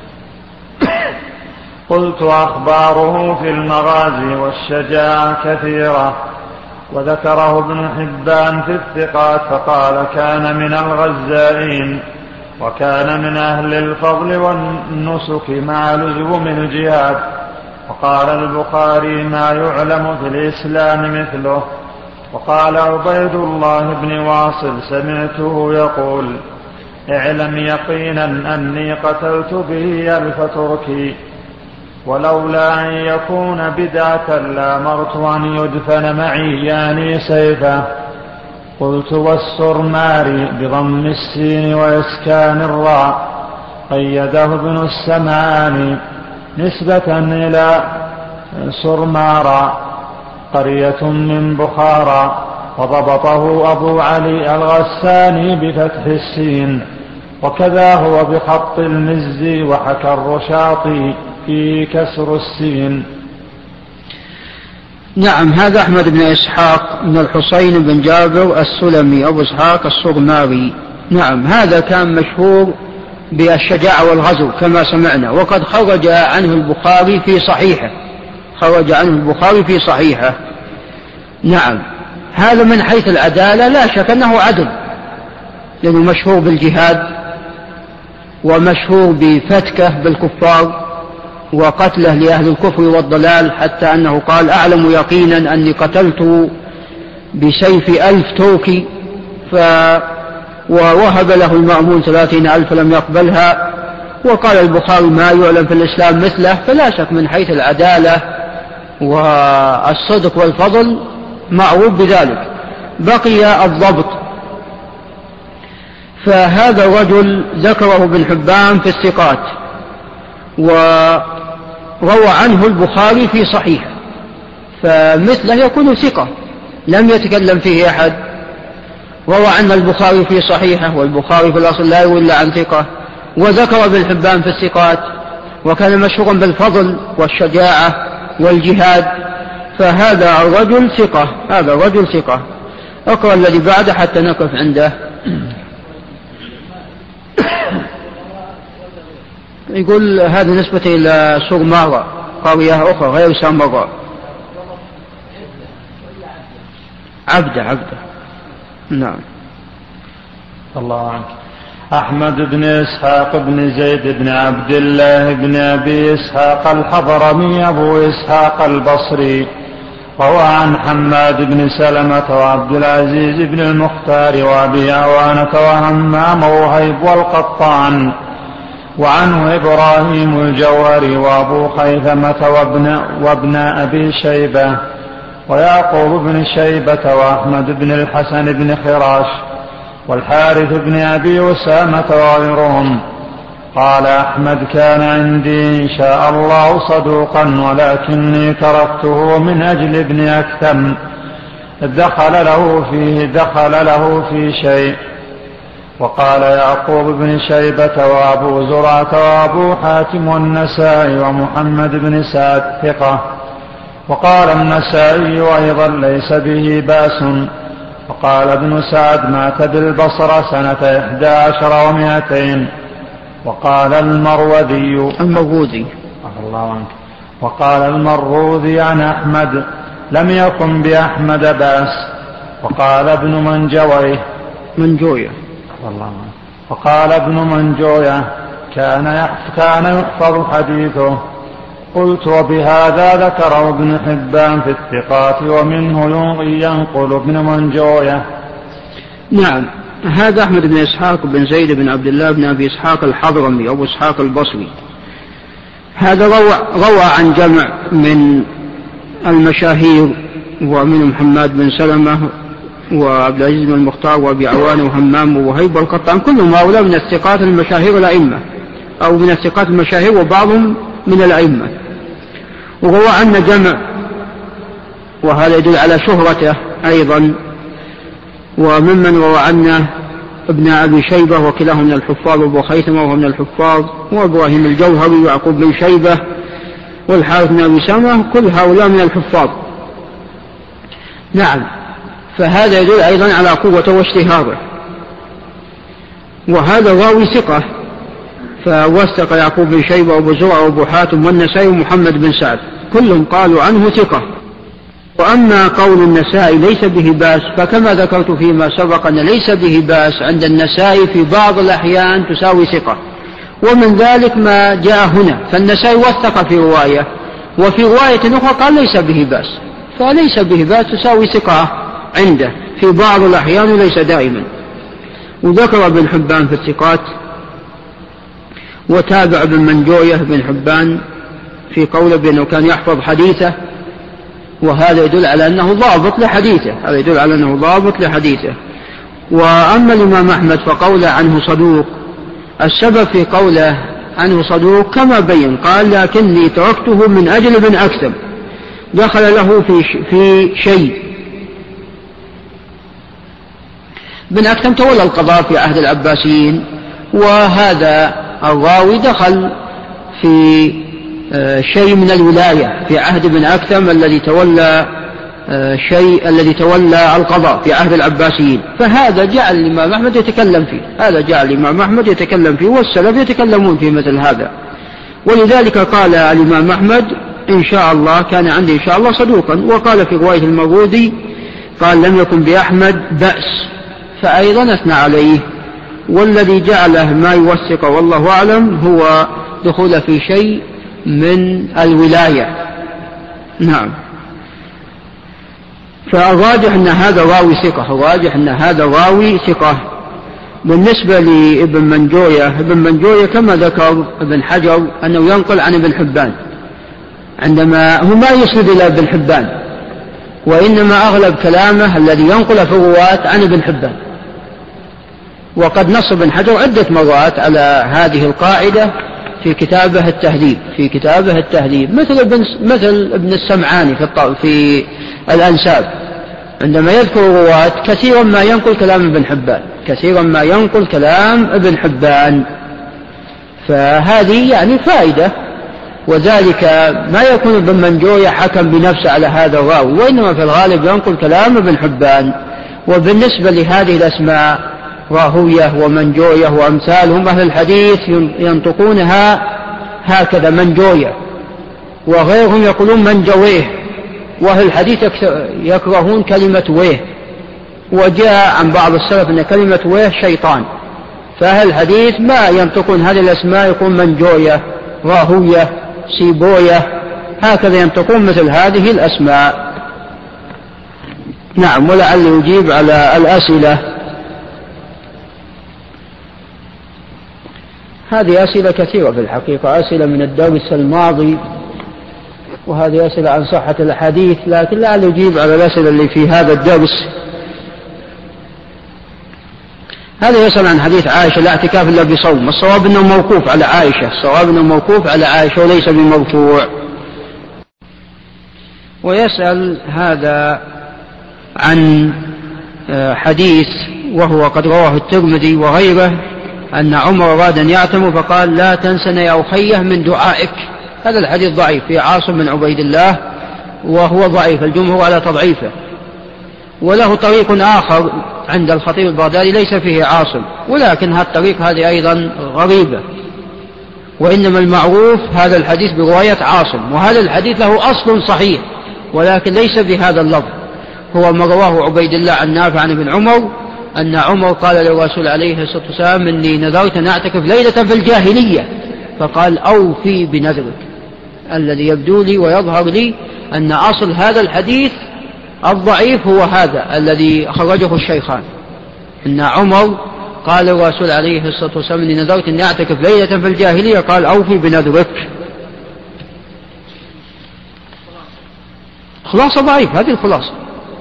قلت: أخباره في المغازي والشجاعة كثيرة. وذكره ابن حبان في الثقات فقال: كان من الغزائين، وكان من أهل الفضل والنسك مع لزوم الجهاد. وقال البخاري: ما يعلم في الإسلام مثله. وقال عبيد الله بن واصل: سمعته يقول: اعلم يقينا أني قتلت به 1000 تركي، ولولا أن يكون بدعة لأمرت أن يدفن معي يعني سيفه. قلت: والسرماري بضم السين وإسكان الراء، قيده ابن السمعاني نسبة إلى سرمارا قرية من بخارى، وضبطه أبو علي الغساني بفتح السين، وكذا هو بخط المزي، وحكى الرشاطي في كسر السين. نعم. هذا أحمد بن إسحاق بن الحصين بن جابر السلمي أبو إسحاق السرماري. نعم، هذا كان مشهور بالشجاعة والغزو كما سمعنا، وقد خرج عنه البخاري في صحيحه. نعم، هذا من حيث العدالة لا شك أنه عدل، لأنه مشهور بالجهاد ومشهور بفتكه بالكفار وقتله لأهل الكفر والضلال، حتى أنه قال: أعلم يقينا أني قتلت بسيف 1000 تركي، ووهب له المأمون 30,000 لم يقبلها. وقال البخاري: ما يعلم في الإسلام مثله. فلا شك من حيث العدالة والصدق والفضل معروف بذلك. بقي الضبط، فهذا الرجل ذكره ابن حبان في الثقات، وروى عنه البخاري في صحيح، فمثله يكون ثقة لم يتكلم فيه أحد. روى عنه البخاري في صحيحه، والبخاري في الأصل لا يروي إلا عن ثقة. وذكر ابن حبان في الثقات، وكان مشهورا بالفضل والشجاعة والجهاد، فهذا الرجل ثقة. اقرأ الذي بعده حتى نقف عنده. يقول: هذا نسبة إلى سرمارة قرية أخرى غير سامراء. عبده. نعم. الله عنك. أحمد بن إسحاق بن زيد بن عبد الله بن أبي إسحاق الحضرمي أبو إسحاق البصري، روى عن حماد بن سلمة وعبد العزيز بن المختار وأبي عوانة وهمام ووهيب والقطان، وعنه إبراهيم الجوهري وأبو خيثمة وابن أبي شيبة ويعقوب بن شيبة وأحمد بن الحسن بن خراش والحارث بن أبي أسامة وغيرهم. قال أحمد: كان عندي إن شاء الله صدوقا، ولكني تركته من أجل ابن أكثم دخل له في شيء. وقال يعقوب بن شيبة وأبو زرعة وأبو حاتم والنسائي ومحمد بن سعد ثقة. وقال النسائي أيضا ليس به بأس. وقال ابن سعد مات بالبصرة سنة 11 و200. وقال المروذي عن أحمد لم يكن بأحمد بأس. وقال ابن منجوية كان يحفظ حديثه. قلت وبهذا ذكره ابن حبان في الثقات ومنه ينقل ابن منجوية. نعم، هذا أحمد بن إسحاق بن زيد بن عبد الله بن أبي إسحاق الحضرمي أبو إسحاق البصري. هذا روى عن جمع من المشاهير ومنهم حماد بن سلمة وعبد العزيز بن المختار وأبي عوان وهمام ووهيب والقطان، كلهم هؤلاء من الثقات المشاهير الأئمة أو من الثقات المشاهير وبعضهم من الأئمة. وروى عنا جمع وهذا يدل على شهرته أيضا. وممن روى عنا ابن أبي شيبة وكلاهم من الحفاظ، وابو خيثمة وهو من الحفاظ، وإبراهيم الجوهري ويعقوب بن شيبة والحارث بن أبي سلمة، كل هؤلاء من الحفاظ. نعم، فهذا يدل أيضا على قوته واشتهاره. وهذا راوي ثقة، فوثق يعقوب بن شيبة وابو زرعة وابو حاتم والنسائي ومحمد بن سعد، كلهم قالوا عنه ثقة. وأما قول النسائي ليس به بأس فكما ذكرت فيما سبق أن ليس به بأس عند النسائي في بعض الأحيان تساوي ثقة، ومن ذلك ما جاء هنا، فالنسائي وثق في رواية وفي رواية أخرى قال ليس به بأس، فليس به بأس تساوي ثقة عنده في بعض الأحيان وليس دائما. وذكر ابن حبان في الثقات وتابع ابن منجوية بن حبان في قوله بأنه كان يحفظ حديثه، وهذا يدل على أنه ضابط لحديثه. وأما الإمام أحمد فقوله عنه صدوق، السبب في قوله عنه صدوق كما بين، قال لكني تركته من أجل ابن أكثم دخل له في شيء. ابن أكثم تولى القضاء في عهد العباسيين، وهذا الراوي دخل في شيء من الولاية في عهد ابن أكثم الذي تولى القضاء في عهد العباسيين، فهذا جعل الإمام أحمد يتكلم فيه، والسلف يتكلمون في مثل هذا. ولذلك قال الإمام أحمد إن شاء الله كان عندي إن شاء الله صدوقا. وقال في رواية المروذي قال لم يكن بأحمد بأس، فأيضا أثنى عليه. والذي جعله ما يوثق والله أعلم هو دخول في شيء من الولاية. نعم، فالراجح أن هذا راوي ثقة. بالنسبة لابن منجوية كما ذكر ابن حجر أنه ينقل عن ابن حبان، عندما هو ما يسند إلى ابن حبان، وإنما أغلب كلامه الذي ينقل في الرواة عن ابن حبان. وقد نص ابن حجر عدة مرات على هذه القاعدة في كتابه التهذيب، مثل ابن السمعاني في الأنساب، عندما يذكر الرواة كثيرا ما ينقل كلام ابن حبان، فهذه يعني فائدة. وذلك ما يكون ابن منجوية حكم بنفسه على هذا الراوي، وإنما في الغالب ينقل كلام ابن حبان. وبالنسبة لهذه الأسماء راهوية ومنجوية وأمثالهم أهل الحديث ينطقونها هكذا منجوية، وغيرهم يقولون منجويه، وأهل الحديث يكرهون كلمة ويه. وجاء عن بعض السلف أن كلمة ويه شيطان، فأهل الحديث ما ينطقون هذه الأسماء، يقول منجوية، راهوية، سيبوية، هكذا ينطقون مثل هذه الأسماء. نعم، ولعل يجيب على الأسئلة. هذه أسئلة كثيرة في الحقيقة، أسئلة من الدرس الماضي، وهذه أسئلة عن صحة الحديث، لكن لعل يجيب على الأسئلة اللي في هذا الدرس. هذا يسأل عن حديث عائشة لا اعتكاف إلا بصوم، الصواب أنه موقوف على عائشة وليس بمرفوع. ويسأل هذا عن حديث وهو قد رواه الترمذي وغيره أن عمر أراد أن يعتمر فقال لا تنسنا يا أخيه من دعائك. هذا الحديث ضعيف في عاصم بن عبيد الله وهو ضعيف، الجمهور على تضعيفه. وله طريق آخر عند الخطيب البغدادي ليس فيه عاصم، ولكن هذا الطريق هذه أيضا غريبة، وإنما المعروف هذا الحديث برواية عاصم، وهذا الحديث له أصل صحيح ولكن ليس بهذا اللفظ. هو ما رواه عبيد الله عن نافع عن ابن عمر أن عمر قال للرسول عليه الصلاة والسلام إني نذرت أن أعتكف ليلة في الجاهلية، فقال أوفي بنذرك. الذي يبدو لي ويظهر لي أن أصل هذا الحديث الضعيف هو هذا الذي خرجه الشيخان، إن عمر قال الرسول عليه الصلاة والسلام إني نذرت أن أعتكف ليلة في الجاهلية، قال أوفي بنذرك. خلاصة ضعيف، هذه الخلاصة.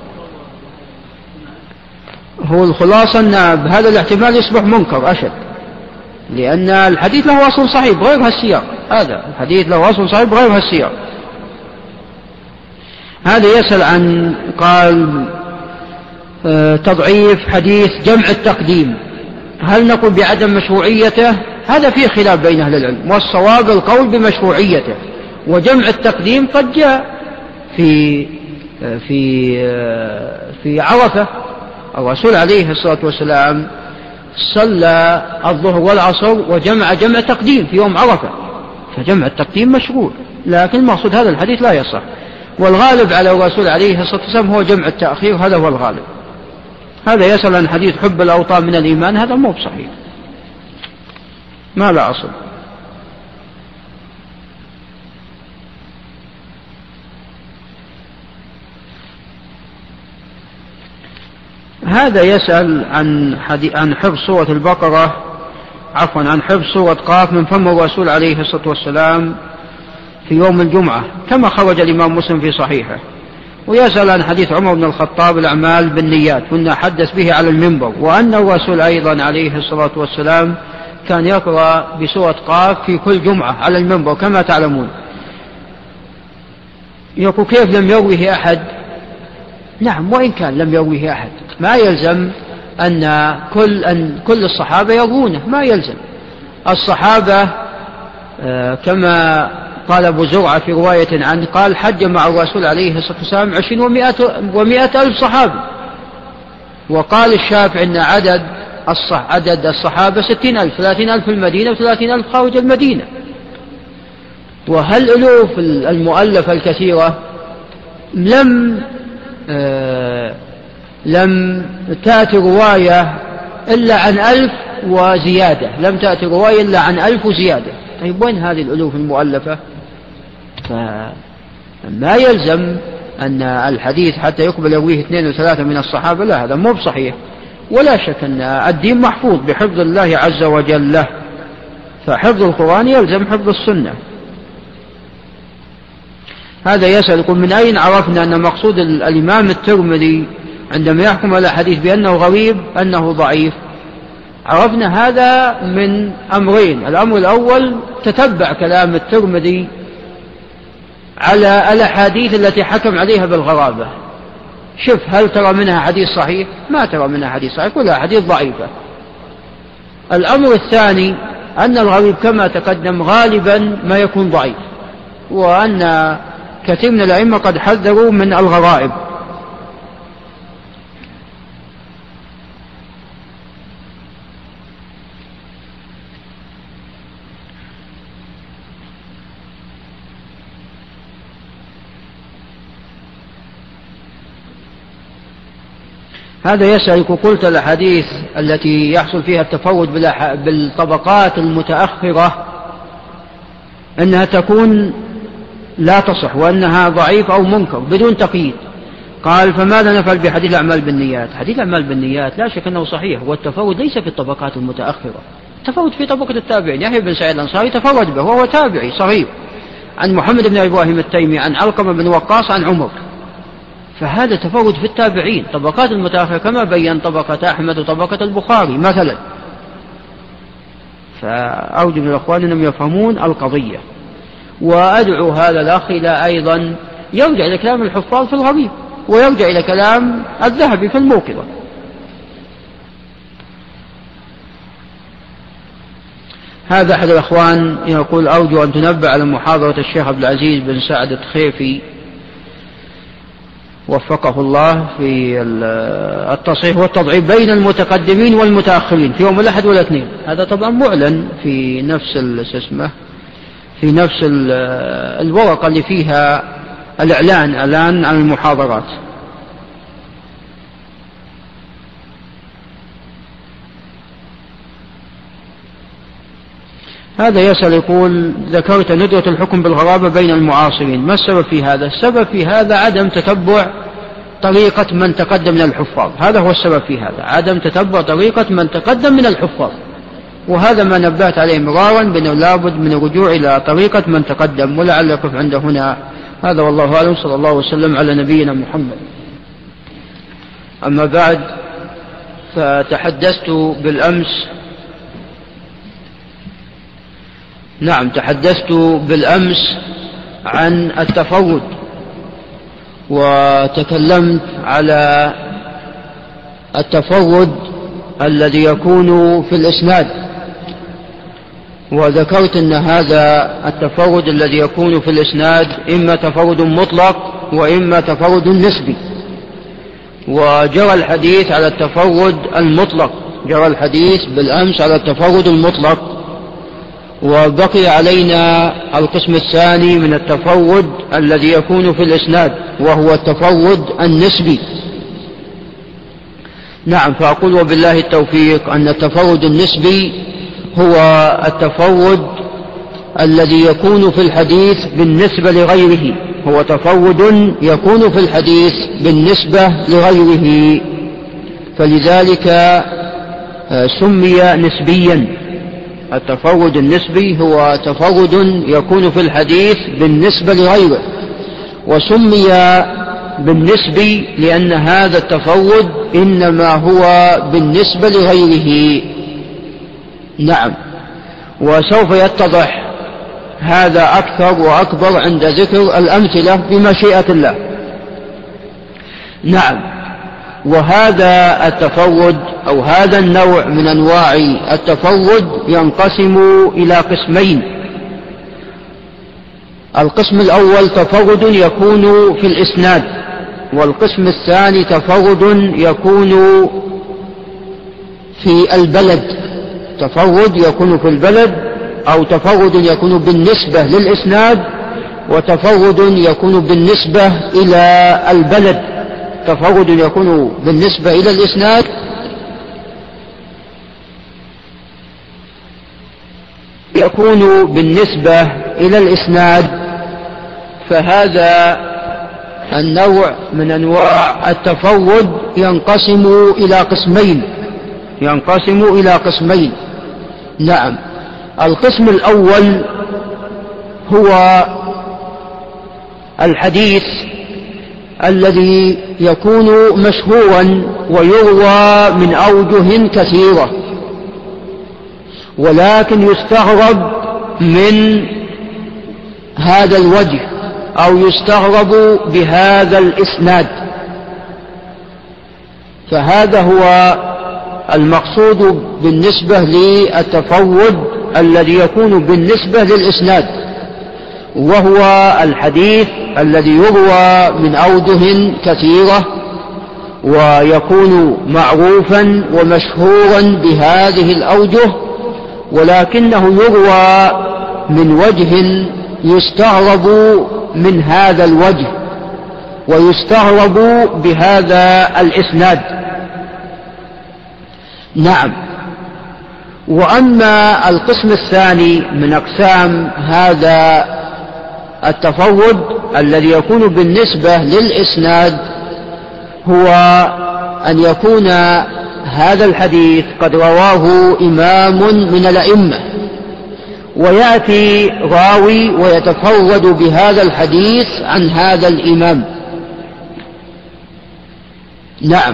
هو الخلاصة أن بهذا الاحتمال يصبح منكر أشد، لأن الحديث له أصل صحيح بغير هالسياق. هذا الحديث له أصل صحيح بغير هالسياق. هذا يسأل عن قال تضعيف حديث جمع التقديم، هل نقول بعدم مشروعيته؟ هذا فيه خلاف بين أهل العلم، والصواب القول بمشروعيته. وجمع التقديم قد جاء في عرفة، الرسول عليه الصلاة والسلام صلى الظهر والعصر وجمع جمع تقديم في يوم عرفة، فجمع التقديم مشروع، لكن المقصود هذا الحديث لا يصح، والغالب على الرسول عليه الصلاة والسلام هو جمع التأخير، هذا هو الغالب. هذا يسأل عن حديث حب الأوطان من الإيمان، هذا مو بصحيح، ما لا أصل. هذا يسأل عن حفظ سورة البقرة، عن حفظ سورة قاف من فم الرسول عليه الصلاة والسلام في يوم الجمعة كما خرج الإمام مسلم في صحيحه. ويسأل عن حديث عمر بن الخطاب الأعمال بالنيات، كنا حدث به على المنبر، وأن الرسول أيضا عليه الصلاة والسلام كان يقرأ بسورة قاف في كل جمعة على المنبر كما تعلمون. يقول كيف لم يروه أحد؟ نعم، وإن كان لم يروه أحد ما يلزم أن كل الصحابة يروونه، ما يلزم. الصحابة كما قال أبو زرعة في رواية عنه قال حج مع الرسول عليه الصلاة والسلام 20 ألف صحابي، وقال الشافعي أن عدد الصحابة 60,000، 30,000 في المدينة و30,000 خارج المدينة. وهالألوف المؤلفة الكثيرة لم تأتي رواية إلا عن 1000 وزيادة، لم تأتي رواية إلا عن 1000 وزيادة. طيب وين هذه الألوف المؤلفة؟ فما يلزم أن الحديث حتى يقبل يرويه 2 و3 من الصحابة، لا، هذا مو بصحيح. ولا شك أن الدين محفوظ بحفظ الله عز وجل له، فحفظ القرآن يلزم حفظ السنة. هذا يسأل يقول من أين عرفنا أن مقصود الإمام الترمذي عندما يحكم على حديث بأنه غريب أنه ضعيف؟ عرفنا هذا من أمرين. الأمر الأول تتبع كلام الترمذي على الأحاديث التي حكم عليها بالغرابة، شوف هل ترى منها حديث صحيح؟ ما ترى منها حديث صحيح، كلها حديث ضعيفة. الأمر الثاني أن الغريب كما تقدم غالبا ما يكون ضعيف، وأن كثير من الأئمة قد حذروا من الغرائب. هذا يسأل قلت الأحاديث التي يحصل فيها التفرد بالطبقات المتأخرة أنها تكون لا تصح وأنها ضعيف أو منكر بدون تقييد. قال فماذا نفعل بحديث الأعمال بالنيات؟ حديث الأعمال بالنيات لا شك أنه صحيح، والتفرد ليس في الطبقات المتأخرة، التفرد في طبقة التابعين. يحيى بن سعيد الأنصاري تفرد به وهو تابعي صغير، عن محمد بن إبراهيم التيمي عن علقمة بن وقاص عن عمر، فهذا تفرد في التابعين. طبقات المتأخرة كما بين طبقة أحمد وطبقة البخاري مثلا. فأرجو من الأخوان أنهم يفهمون القضية. وأدعو هذا الأخ إلى أيضا يرجع إلى كلام الحفاظ في الغريب، ويرجع إلى كلام الذهبي في الموقظة. هذا أحد الأخوان يقول: أرجو أن تنبه على محاضرة الشيخ عبد العزيز بن سعد الخيفي وفقه الله في التصحيح والتضعيف بين المتقدمين والمتأخرين في يوم الأحد والاثنين. هذا طبعا معلن في نفس الورقة اللي فيها الإعلان عن المحاضرات. هذا يسأل يقول: ذكرت ندرة الحكم بالغرابة بين المعاصرين، ما السبب في هذا؟ السبب في هذا عدم تتبع طريقة من تقدم من الحفاظ، هذا هو السبب في هذا، عدم تتبع طريقة من تقدم من الحفاظ، وهذا ما نبهت عليه مرارا بأنه لابد من الرجوع إلى طريقة من تقدم، ولعل يقف عند هنا. هذا والله أعلم، صلى الله وسلم على نبينا محمد. أما بعد، فتحدثت بالأمس عن التفرد، وتكلمت على التفرد الذي يكون في الإسناد، وذكرت أن هذا التفرد الذي يكون في الإسناد إما تفرد مطلق وإما تفرد نسبي، وجرى الحديث على التفرد المطلق، جرى الحديث بالأمس على التفرد المطلق، وبقي علينا القسم الثاني من التفرد الذي يكون في الإسناد، وهو التفرد النسبي. نعم، فأقول وبالله التوفيق أن التفرد النسبي هو التفرد الذي يكون في الحديث بالنسبة لغيره، هو تفرد يكون في الحديث بالنسبة لغيره، فلذلك سمي نسبيا. التفرد النسبي هو تفرد يكون في الحديث بالنسبة لغيره، وسمي بالنسبي لأن هذا التفرد إنما هو بالنسبة لغيره. نعم، وسوف يتضح هذا أكثر وأكبر عند ذكر الأمثلة بمشيئة الله. نعم، وهذا التفرد أو هذا النوع من أنواع التفرد ينقسم إلى قسمين. القسم الأول تفرد يكون في الإسناد، والقسم الثاني تفرد يكون في البلد، تفرد يكون في البلد، أو تفرد يكون بالنسبة للإسناد، وتفرد يكون بالنسبة إلى البلد. تفرد يكون بالنسبة إلى الإسناد، يكون بالنسبة إلى الإسناد، فهذا النوع من أنواع التفرد ينقسم إلى قسمين. نعم، القسم الأول هو الحديث الذي يكون مشهورا ويروى من أوجه كثيرة، ولكن يستغرب من هذا الوجه أو يستغرب بهذا الإسناد، فهذا هو المقصود بالنسبة للتفرد الذي يكون بالنسبة للإسناد، وهو الحديث الذي يروى من أوجه كثيرة ويكون معروفا ومشهورا بهذه الأوجه، ولكنه يروى من وجه يستغرب من هذا الوجه ويستغرب بهذا الإسناد. نعم، وأما القسم الثاني من أقسام هذا التفرد الذي يكون بالنسبة للإسناد هو أن يكون هذا الحديث قد رواه إمام من الأئمة، ويأتي راوي ويتفرد بهذا الحديث عن هذا الإمام. نعم،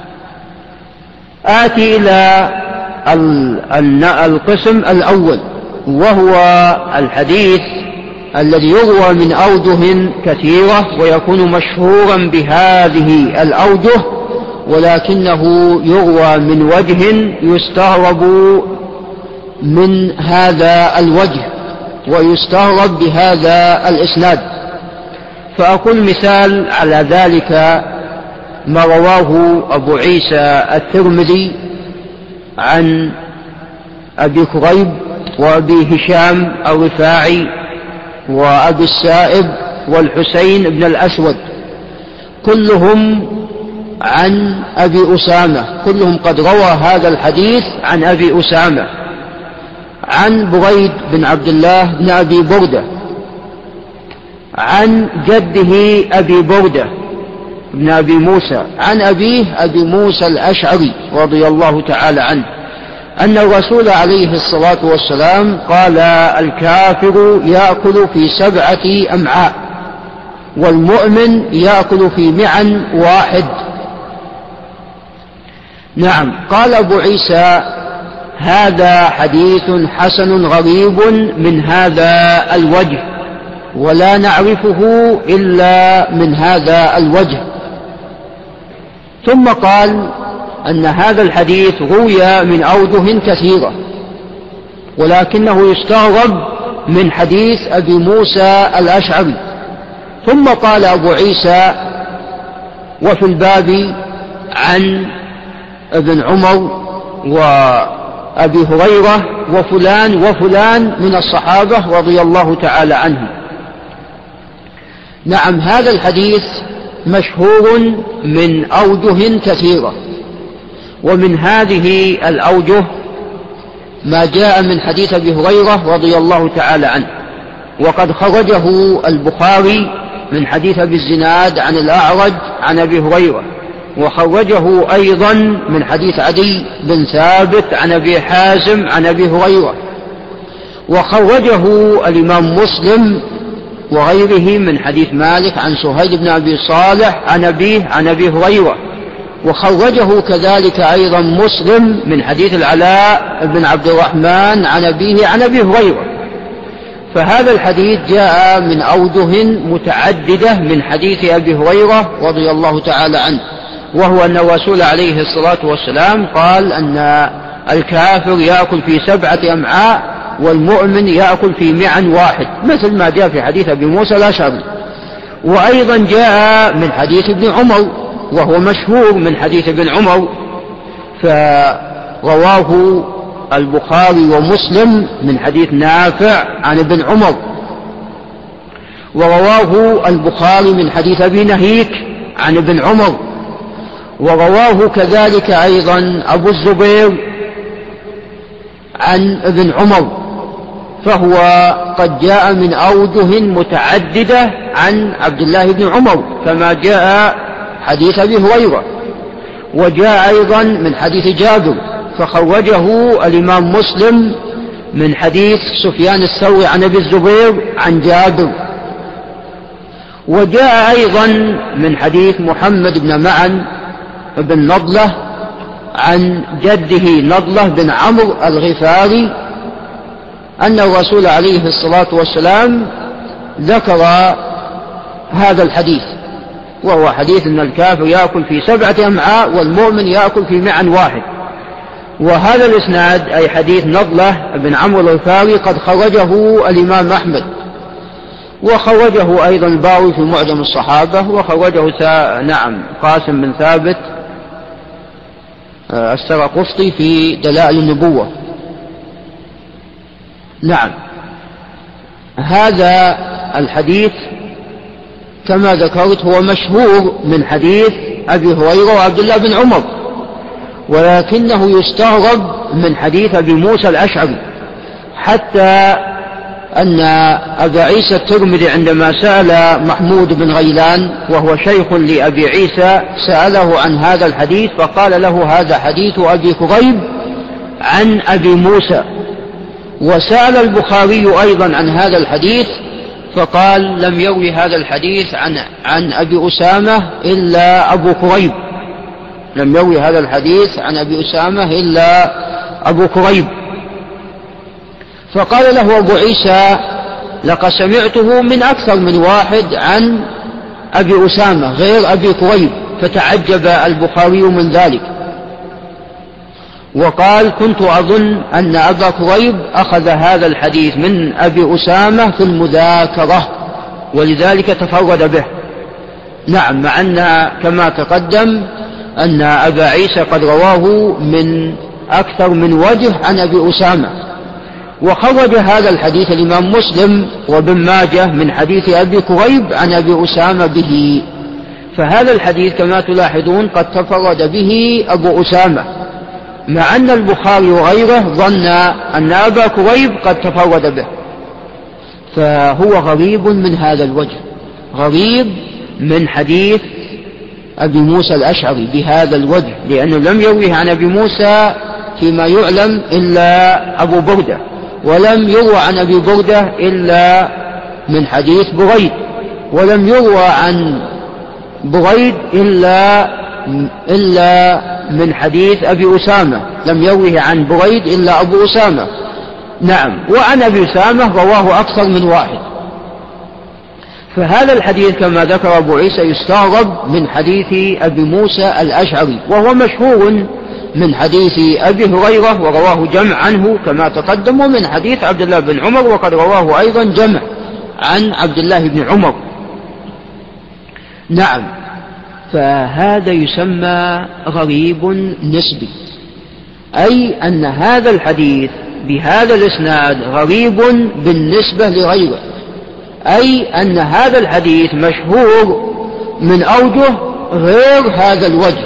آتي إلى القسم الأول، وهو الحديث الذي يروى من أوجه كثيرة ويكون مشهورا بهذه الأوجه، ولكنه يروى من وجه يستغرب من هذا الوجه ويستغرب بهذا الإسناد. فأقول مثال على ذلك ما رواه أبو عيسى الترمذي عن أبي كريب وأبي هشام الرفاعي وأبي السائب والحسين بن الأسود، كلهم عن أبي أسامة، كلهم قد روى هذا الحديث عن أبي أسامة، عن بريد بن عبد الله بن أبي بردة عن جده أبي بردة بن أبي موسى عن أبيه أبي موسى الأشعري رضي الله تعالى عنه أن الرسول عليه الصلاة والسلام قال: الكافر يأكل في 7 أمعاء والمؤمن يأكل في معن واحد. نعم. قال أبو عيسى: هذا حديث حسن غريب من هذا الوجه، ولا نعرفه إلا من هذا الوجه. ثم قال أن هذا الحديث روي من أوجه كثيرة، ولكنه يستغرب من حديث أبي موسى الأشعري. ثم قال أبو عيسى: وفي الباب عن ابن عمر وأبي هريرة وفلان وفلان من الصحابة رضي الله تعالى عنهم. نعم. هذا الحديث مشهور من أوجه كثيرة، ومن هذه الأوجه ما جاء من حديث أبي هريرة رضي الله تعالى عنه، وقد خرجه البخاري من حديث أبي الزناد عن الأعرج عن أبي هريرة، وخرجه أيضا من حديث عدي بن ثابت عن أبي حازم عن أبي هريرة، وخرجه الإمام مسلم وغيره من حديث مالك عن سهيل بن أبي صالح عن أبيه عن أبي هريرة، وخرجه كذلك أيضا مسلم من حديث العلاء بن عبد الرحمن عن أبيه عن أبي هريرة. فهذا الحديث جاء من أوجه متعددة من حديث أبي هريرة رضي الله تعالى عنه، وهو أن الرسول عليه الصلاة والسلام قال أن الكافر يأكل في 7 أمعاء والمؤمن يأكل في معن واحد، مثل ما جاء في حديث أبي موسى الأشعري. وأيضا جاء من حديث ابن عمر، وهو مشهور من حديث ابن عمر، فرواه البخاري ومسلم من حديث نافع عن ابن عمر، ورواه البخاري من حديث أبي نهيك عن ابن عمر، ورواه كذلك أيضا أبو الزبير عن ابن عمر. فهو قد جاء من أوجه متعددة عن عبد الله بن عمر، كما جاء حديث أبي هريرة، وجاء أيضا من حديث جابر، فخرجه الإمام مسلم من حديث سفيان الثوري عن أبي الزبير عن جابر، وجاء أيضا من حديث محمد بن معن بن نضلة عن جده نضلة بن عمرو الغفاري أن الرسول عليه الصلاة والسلام ذكر هذا الحديث، وهو حديث أن الكافر يأكل في 7 أمعاء والمؤمن يأكل في معن واحد. وهذا الإسناد أي حديث نضلة بن عمرو الغفاري قد خرجه الإمام أحمد، وخرجه أيضا الباوي في معجم الصحابة، وخرجه قاسم بن ثابت السرقسطي في دلائل النبوة. نعم. هذا الحديث كما ذكرت هو مشهور من حديث أبي هريرة وعبد الله بن عمر، ولكنه يستغرب من حديث أبي موسى الأشعري، حتى أن أبا عيسى الترمذي عندما سأل محمود بن غيلان وهو شيخ لأبي عيسى سأله عن هذا الحديث، فقال له: هذا حديث أبي كريب عن أبي موسى. وسأل البخاري أيضا عن هذا الحديث فقال: لم يروي هذا الحديث عن أبي أسامة إلا أبو كريب، لم يروي هذا الحديث عن أبي أسامة إلا أبو كريب. فقال له أبو عيسى: لقد سمعته من أكثر من واحد عن أبي أسامة غير أبي كريب، فتعجب البخاري من ذلك وقال كنت أظن أن أبا كريب أخذ هذا الحديث من أبي أسامة في المذاكرة ولذلك تفرد به. نعم، مع أن كما تقدم أن أبا عيسى قد رواه من أكثر من وجه عن أبي أسامة، وخرج هذا الحديث الإمام مسلم وابن ماجه من حديث أبي كريب عن أبي أسامة به. فهذا الحديث كما تلاحظون قد تفرد به أبو أسامة، مع أن البخاري وغيره ظن أن أبا كريب قد تفرد به، فهو غريب من هذا الوجه، غريب من حديث أبي موسى الأشعري بهذا الوجه، لأنه لم يرويه عن أبي موسى فيما يعلم إلا أبو بردة، ولم يروى عن أبي بردة إلا من حديث بريد، ولم يروى عن بريد إلا من حديث أبي أسامة، لم يروه عن بريد إلا أبو أسامة. نعم، وعن أبي أسامة رواه أكثر من واحد. فهذا الحديث كما ذكر أبو عيسى يستغرب من حديث أبي موسى الأشعري، وهو مشهور من حديث أبي هريرة ورواه جمع عنه كما تقدم، ومن حديث عبد الله بن عمر وقد رواه أيضا جمع عن عبد الله بن عمر. نعم، فهذا يسمى غريب نسبي، أي أن هذا الحديث بهذا الإسناد غريب بالنسبة لغيره، أي أن هذا الحديث مشهور من أوجه غير هذا الوجه،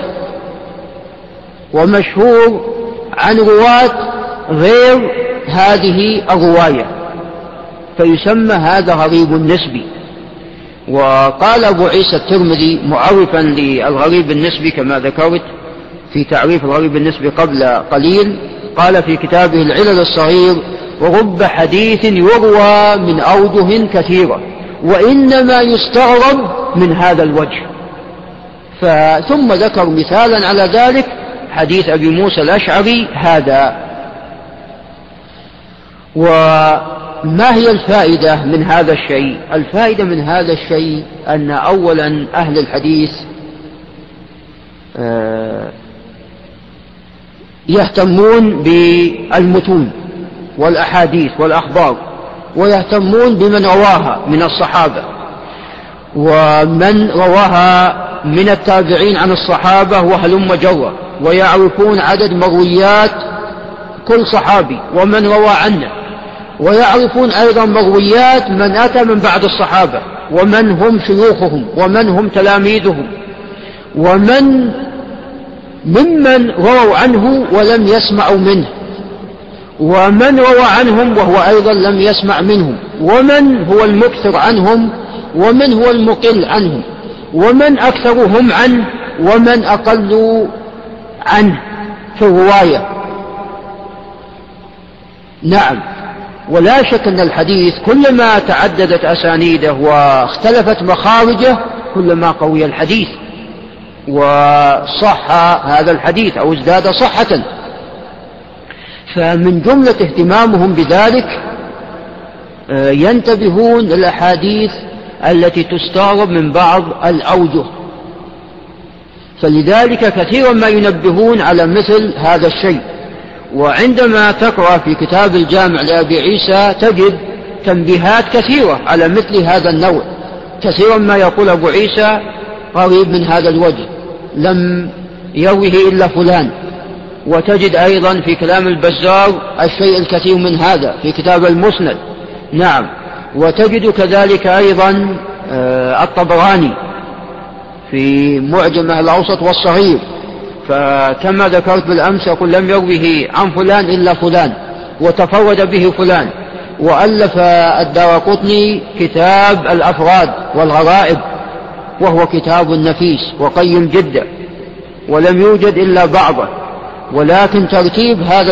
ومشهور عن رواة غير هذه الرواية، فيسمى هذا غريب نسبي. وقال أبو عيسى الترمذي معرفا للغريب النسبي كما ذكرت في تعريف الغريب النسبي قبل قليل، قال في كتابه العلل الصغير: ورب حديث يروى من أوجه كثيرة وإنما يستغرب من هذا الوجه. ثم ذكر مثالا على ذلك حديث أبي موسى الأشعري هذا. وما هي الفائدة من هذا الشيء؟ الفائدة من هذا الشيء أن أولا أهل الحديث يهتمون بالمتون والأحاديث والأخبار، ويهتمون بمن رواها من الصحابة ومن رواها من التابعين عن الصحابة وهلم جرة، ويعرفون عدد مرويات كل صحابي ومن روى عنه، ويعرفون أيضا مرويات من أتى من بعد الصحابة ومن هم شيوخهم ومن هم تلاميذهم ممن رووا عنه ولم يسمعوا منه، ومن روى عنهم وهو أيضا لم يسمع منهم، ومن هو المكثر عنهم ومن هو المقل عنهم، ومن أكثرهم عنه ومن أقل عنه في الرواية. نعم، ولا شك أن الحديث كلما تعددت أسانيده واختلفت مخارجه كلما قوي الحديث وصح هذا الحديث أو ازداد صحة. فمن جملة اهتمامهم بذلك ينتبهون للأحاديث التي تستغرب من بعض الأوجه، فلذلك كثيرا ما ينبهون على مثل هذا الشيء. وعندما تقرأ في كتاب الجامع لأبي عيسى تجد تنبيهات كثيرة على مثل هذا النوع. كثيرا ما يقول أبو عيسى قريب من هذا الوجه لم يروه إلا فلان، وتجد أيضا في كلام البزار الشيء الكثير من هذا في كتاب المسند. نعم، وتجد كذلك أيضا الطبراني في معجمه الأوسط والصغير، فكما ذكرت بالأمس يقول لم يروه عن فلان إلا فلان وتفرد به فلان. وألف الدارقطني كتاب الأفراد والغرائب وهو كتاب نفيس وقيم جدا ولم يوجد إلا بعضه، ولكن ترتيب هذا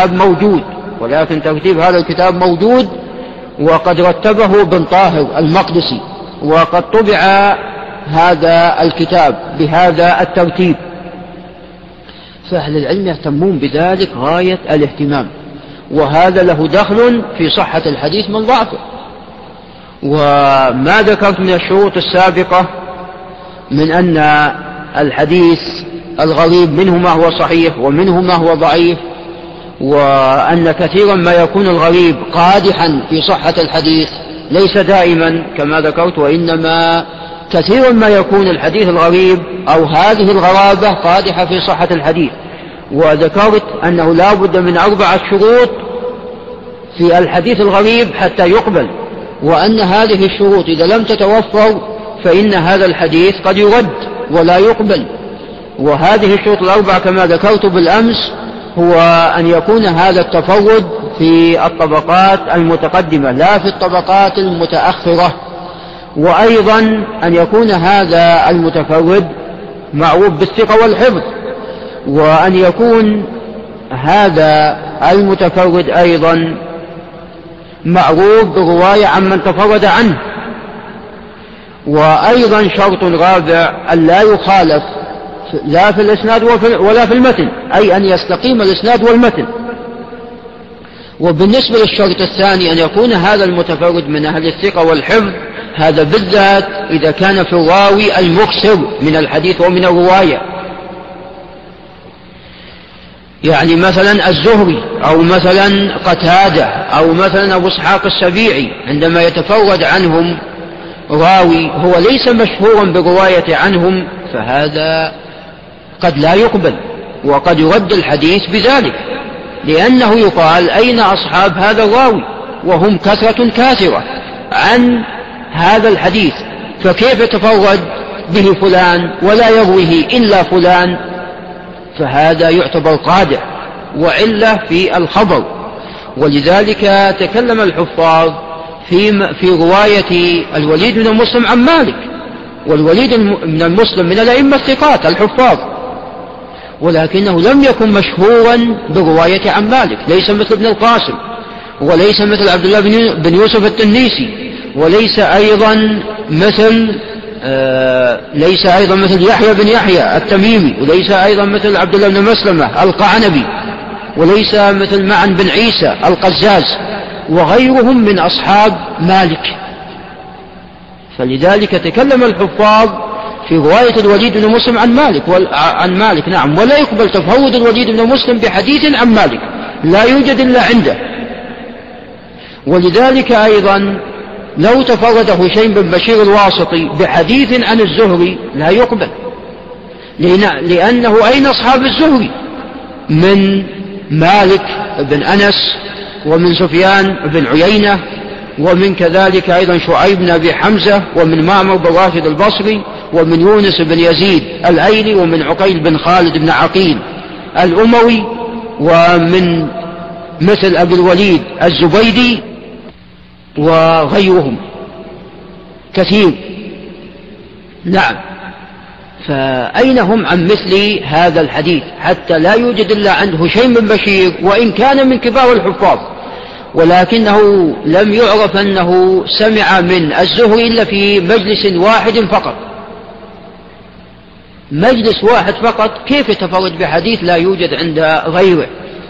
الكتاب موجود وقد رتبه بن طاهر المقدسي، وقد طبع هذا الكتاب بهذا الترتيب. فأهل العلم يهتمون بذلك غاية الاهتمام، وهذا له دخل في صحة الحديث من ضعفه. وما ذكرت من الشروط السابقة من أن الحديث الغريب منه ما هو صحيح ومنه ما هو ضعيف، وأن كثيرا ما يكون الغريب قادحا في صحة الحديث، ليس دائما كما ذكرت، وإنما كثيرا ما يكون الحديث الغريب أو هذه الغرابة قادحة في صحة الحديث. وذكرت أنه لا بد من 4 شروط في الحديث الغريب حتى يقبل، وأن هذه الشروط إذا لم تتوفر فإن هذا الحديث قد يرد ولا يقبل. وهذه الشروط 4 كما ذكرت بالأمس هو أن يكون هذا التفرد في الطبقات المتقدمة لا في الطبقات المتأخرة، وأيضا أن يكون هذا المتفرد معروف بالثقة والحفظ، وأن يكون هذا المتفرد أيضا معروف بالرواية عمن تفرد عنه. وأيضا شرط رابع أن لا يخالف لا في الإسناد ولا في المتن، أي أن يستقيم الإسناد والمتن. وبالنسبة للشرط الثاني أن يكون هذا المتفرد من أهل الثقة والحفظ، هذا بالذات إذا كان في الراوي المكثر من الحديث ومن الرواية، يعني مثلا الزهري أو مثلا قتادة أو مثلا أبو إسحاق السبيعي، عندما يتفرد عنهم راوي هو ليس مشهورا بالرواية عنهم فهذا قد لا يقبل وقد يرد الحديث بذلك، لأنه يقال أين أصحاب هذا الراوي وهم كثرة كاثرة عن هذا الحديث، فكيف يتفرد به فلان ولا يرويه إلا فلان؟ فهذا يعتبر قادح وعلة في الخبر. ولذلك تكلم الحفاظ في رواية الوليد بن مسلم عن مالك، والوليد من المسلم من الأئمة الثقات الحفاظ، ولكنه لم يكن مشهورا بالرواية عن مالك، ليس مثل ابن القاسم، وليس مثل عبد الله بن يوسف التنيسي، وليس أيضا مثل يحيى بن يحيى التميمي، وليس أيضا مثل عبد الله بن مسلمة القعنبي، وليس مثل معن بن عيسى القزاز وغيرهم من أصحاب مالك. فلذلك تكلم الحفاظ في رواية الوليد بن مسلم عن مالك نعم، ولا يقبل تفرد الوليد بن مسلم بحديث عن مالك، لا يوجد إلا عنده. ولذلك أيضا لو تفرد هشيم بن بشير الواسطي بحديث عن الزهري لا يقبل، لأنه أين أصحاب الزهري؟ من مالك بن أنس، ومن سفيان بن عيينة، ومن كذلك أيضا شعيب بن أبي حمزة، ومن معمر بن راشد البصري، ومن يونس بن يزيد الأيلي، ومن عقيل بن خالد بن عقيل الأموي، ومن مثل أبي الوليد الزبيدي وغيرهم كثير. نعم، فأين هم عن مثل هذا الحديث؟ حتى لا يوجد إلا عند هشيم بن بشير، وإن كان من كبار الحفاظ، ولكنه لم يعرف أنه سمع من الزهري إلا في مجلس واحد فقط، مجلس واحد فقط، كيف يتفرد بحديث لا يوجد عند غيره؟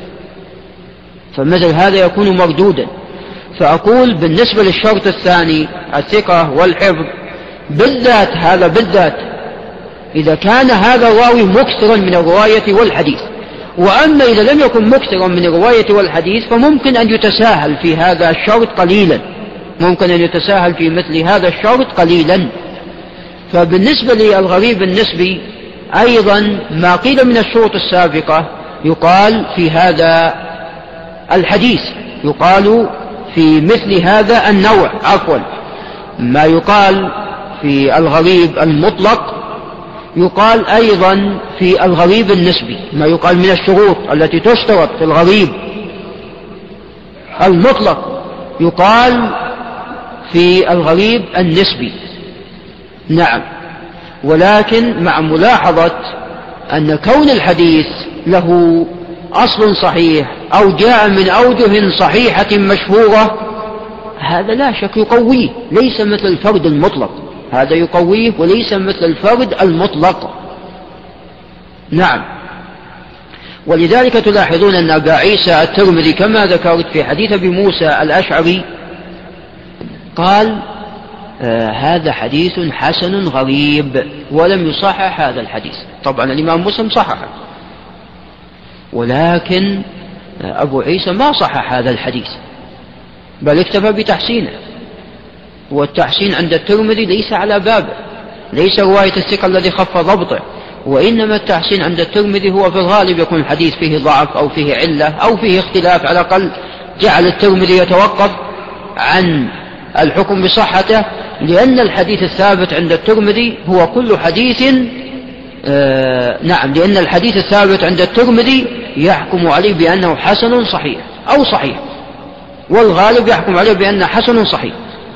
فمثل هذا يكون مردودا. فأقول بالنسبة للشرط الثاني الثقة والحفظ بالذات، هذا بالذات إذا كان هذا الراوي مكثرا من الرواية والحديث. وأما إذا لم يكن مكثرا من الرواية والحديث فممكن أن يتساهل في هذا الشرط قليلا، ممكن أن يتساهل في مثل هذا الشرط قليلا. فبالنسبة للغريب النسبي أيضا ما قيل من الشروط السابقة يقال في هذا الحديث، يقال في مثل هذا النوع ما يقال في الغريب المطلق يقال أيضا في الغريب النسبي، ما يقال من الشروط التي تشترط في الغريب المطلق يقال في الغريب النسبي. نعم، ولكن مع ملاحظة أن كون الحديث له أصل صحيح أو جاء من أوجه صحيحة مشهورة هذا لا شك يقويه، ليس مثل الفرد المطلق، هذا يقويه وليس مثل الفرد المطلق. نعم، ولذلك تلاحظون أن أبا عيسى الترمذي كما ذكرت في حديث أبي موسى الأشعري قال هذا حديث حسن غريب، ولم يصحح هذا الحديث. طبعا الإمام مسلم صححه، ولكن أبو عيسى ما صحح هذا الحديث، بل اكتفى بتحسينه. والتحسين عند الترمذي ليس على بابه، ليس رواية الثقة الذي خف ضبطه، وإنما التحسين عند الترمذي هو في الغالب يكون الحديث فيه ضعف أو فيه علة أو فيه اختلاف، على الأقل جعل الترمذي يتوقف عن الحكم بصحته، لأن الحديث الثابت عند الترمذي هو كل حديث لأن الحديث الثابت عند الترمذي يحكم عليه بأنه حسن صحيح أو صحيح، والغالب يحكم عليه بأنه حسن صحيح،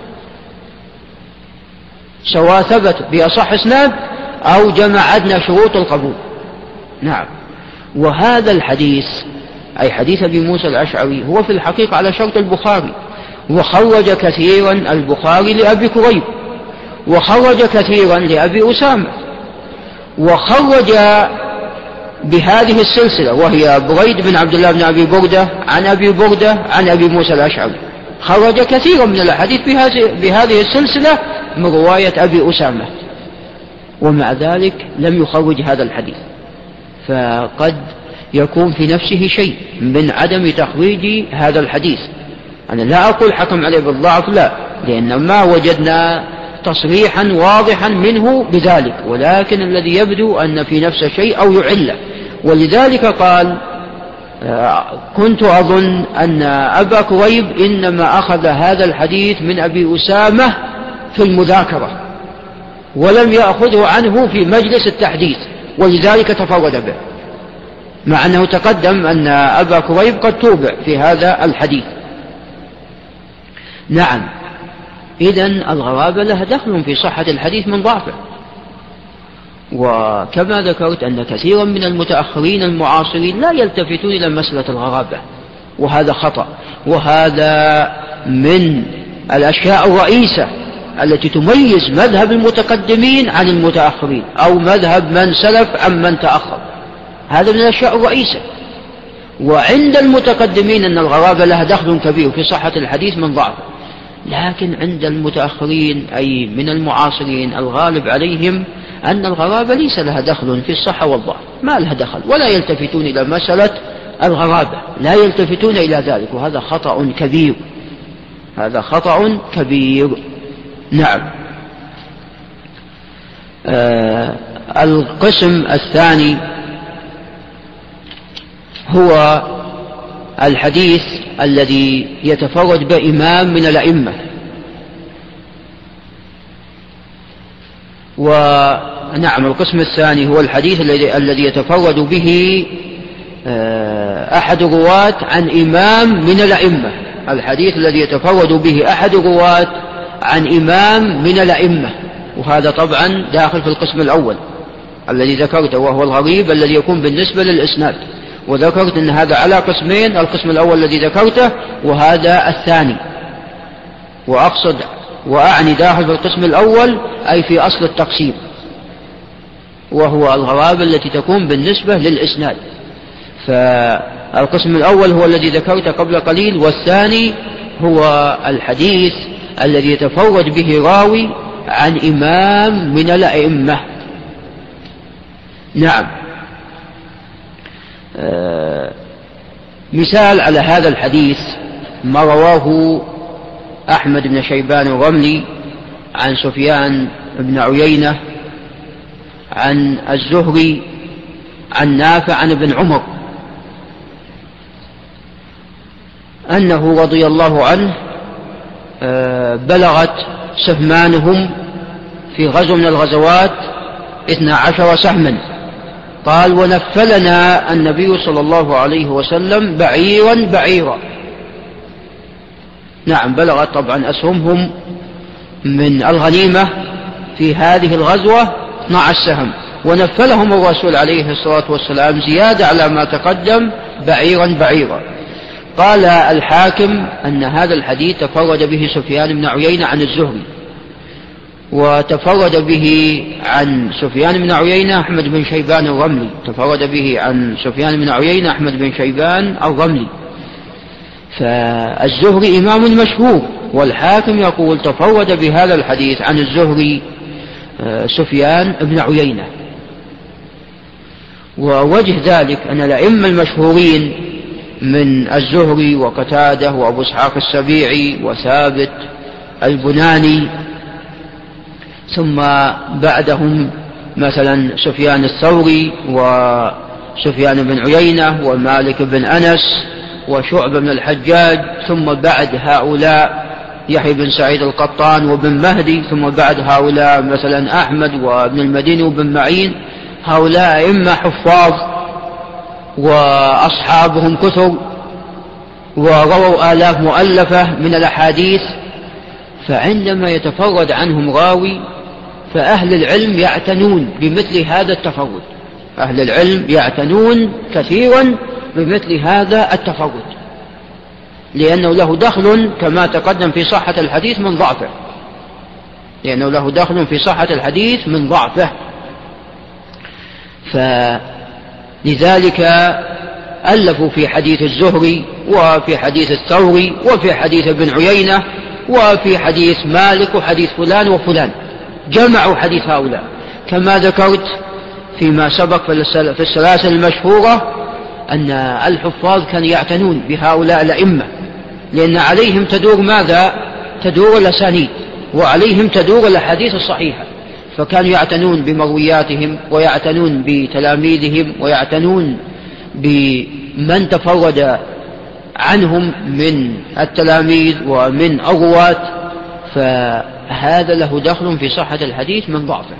سواء ثبت بأصح اسناد أو جمع أدنى شروط القبول. نعم. وهذا الحديث أي حديث أبي موسى الأشعري هو في الحقيقة على شرط البخاري، وخرج كثيرا البخاري لأبي كريب، وخرج كثيرا لأبي أسامة، وخرج بهذه السلسلة وهي بريد بن عبد الله بن أبي بردة عن أبي بردة عن أبي موسى الأشعري، خرج كثيرا من الأحاديث بهذه السلسلة من رواية أبي أسامة، ومع ذلك لم يخرج هذا الحديث. فقد يكون في نفسه شيء من عدم تخريج هذا الحديث. أنا لا أقول حكم عليه بالضعف، لا، لأن ما وجدنا تصريحا واضحا منه بذلك، ولكن الذي يبدو أن في نفسه شيء أو يعله. ولذلك قال كنت أظن أن أبا كريب إنما أخذ هذا الحديث من أبي أسامة في المذاكرة، ولم يأخذه عنه في مجلس التحديث، ولذلك تفرد به، مع أنه تقدم أن أبا كريب قد توبع في هذا الحديث. نعم. إذن الغرابة لها دخل في صحة الحديث من ضعفه. وكما ذكرت أن كثيرا من المتأخرين المعاصرين لا يلتفتون إلى مسألة الغرابة، وهذا خطأ، وهذا من الأشياء الرئيسة التي تميز مذهب المتقدمين عن المتأخرين، أو مذهب من سلف عن من تأخر. هذا من الأشياء الرئيسة. وعند المتقدمين أن الغرابة لها دخل كبير في صحة الحديث من ضعفه، لكن عند المتأخرين أي من المعاصرين الغالب عليهم أن الغرابة ليس لها دخل في الصحة والضعف، ما لها دخل، ولا يلتفتون إلى مسألة الغرابة، لا يلتفتون إلى ذلك، وهذا خطأ كبير، هذا خطأ كبير. نعم. القسم الثاني هو الحديث الذي يتفرد بإمام من الأئمة. ونعم، القسم الثاني هو الحديث الذي يتفرد به أحد الرواة عن إمام من الأئمة، الحديث الذي يتفرد به أحد الرواة عن إمام من الأئمة، وهذا طبعا داخل في القسم الأول الذي ذكرته، وهو الغريب الذي يكون بالنسبة للإسناد. وذكرت أن هذا على قسمين، القسم الأول الذي ذكرته وهذا الثاني، وأقصد وأعني داخل في القسم الأول أي في أصل التقسيم، وهو الغرابة التي تكون بالنسبة للإسناد. فالقسم الأول هو الذي ذكرته قبل قليل، والثاني هو الحديث الذي يتفرد به راوي عن إمام من الأئمة. نعم. مثال على هذا الحديث ما رواه أحمد بن شيبان الرملي عن سفيان بن عيينة عن الزهري عن نافع عن ابن عمر أنه رضي الله عنه بلغت سهمانهم في غزو من الغزوات 12 سهما. قال ونفلنا النبي صلى الله عليه وسلم بعيرا. نعم، بلغت طبعا أسهمهم من الغنيمة في هذه الغزوة 12 سهم، ونفلهم الرسول عليه الصلاة والسلام زيادة على ما تقدم بعيرا. قال الحاكم أن هذا الحديث تفرد به سفيان بن عيينة عن الزهري، وتفرد به عن سفيان بن عيينة أحمد بن شيبان الرملي، تفرد به عن سفيان بن عيينة أحمد بن شيبان الرملي. فالزهري إمام مشهور والحاكم يقول تفرد بهذا الحديث عن الزهري سفيان بن عيينة. ووجه ذلك أن الأئمة المشهورين من الزهري وقتادة وأبو إسحاق السبيعي وثابت البناني، ثم بعدهم مثلا سفيان الثوري وسفيان بن عيينة ومالك بن أنس وشعبة بن الحجاج، ثم بعد هؤلاء يحيى بن سعيد القطان وبن مهدي، ثم بعد هؤلاء مثلا أحمد وابن المديني وبن معين، هؤلاء أئمة حفاظ وأصحابهم كثر ورووا آلاف مؤلفة من الأحاديث. فعندما يتفرد عنهم راوي فأهل العلم يعتنون بمثل هذا التفرد، أهل العلم يعتنون كثيرا بمثل هذا التفرد، لأنه له دخل كما تقدم في صحة الحديث من ضعفه، لأنه له دخل في صحة الحديث من ضعفه. فلذلك ألفوا في حديث الزهري وفي حديث الثوري وفي حديث ابن عيينة وفي حديث مالك وحديث فلان وفلان، جمعوا حديث هؤلاء كما ذكرت فيما سبق في السلاسل المشهورة أن الحفاظ كانوا يعتنون بهؤلاء الأئمة، لأن عليهم تدور ماذا؟ تدور الأسانيد، وعليهم تدور الأحاديث الصحيحة، فكانوا يعتنون بمروياتهم ويعتنون بتلاميذهم ويعتنون بمن تفرد عنهم من التلاميذ ومن الرواة، فهذا له دخل في صحة الحديث من ضعفه.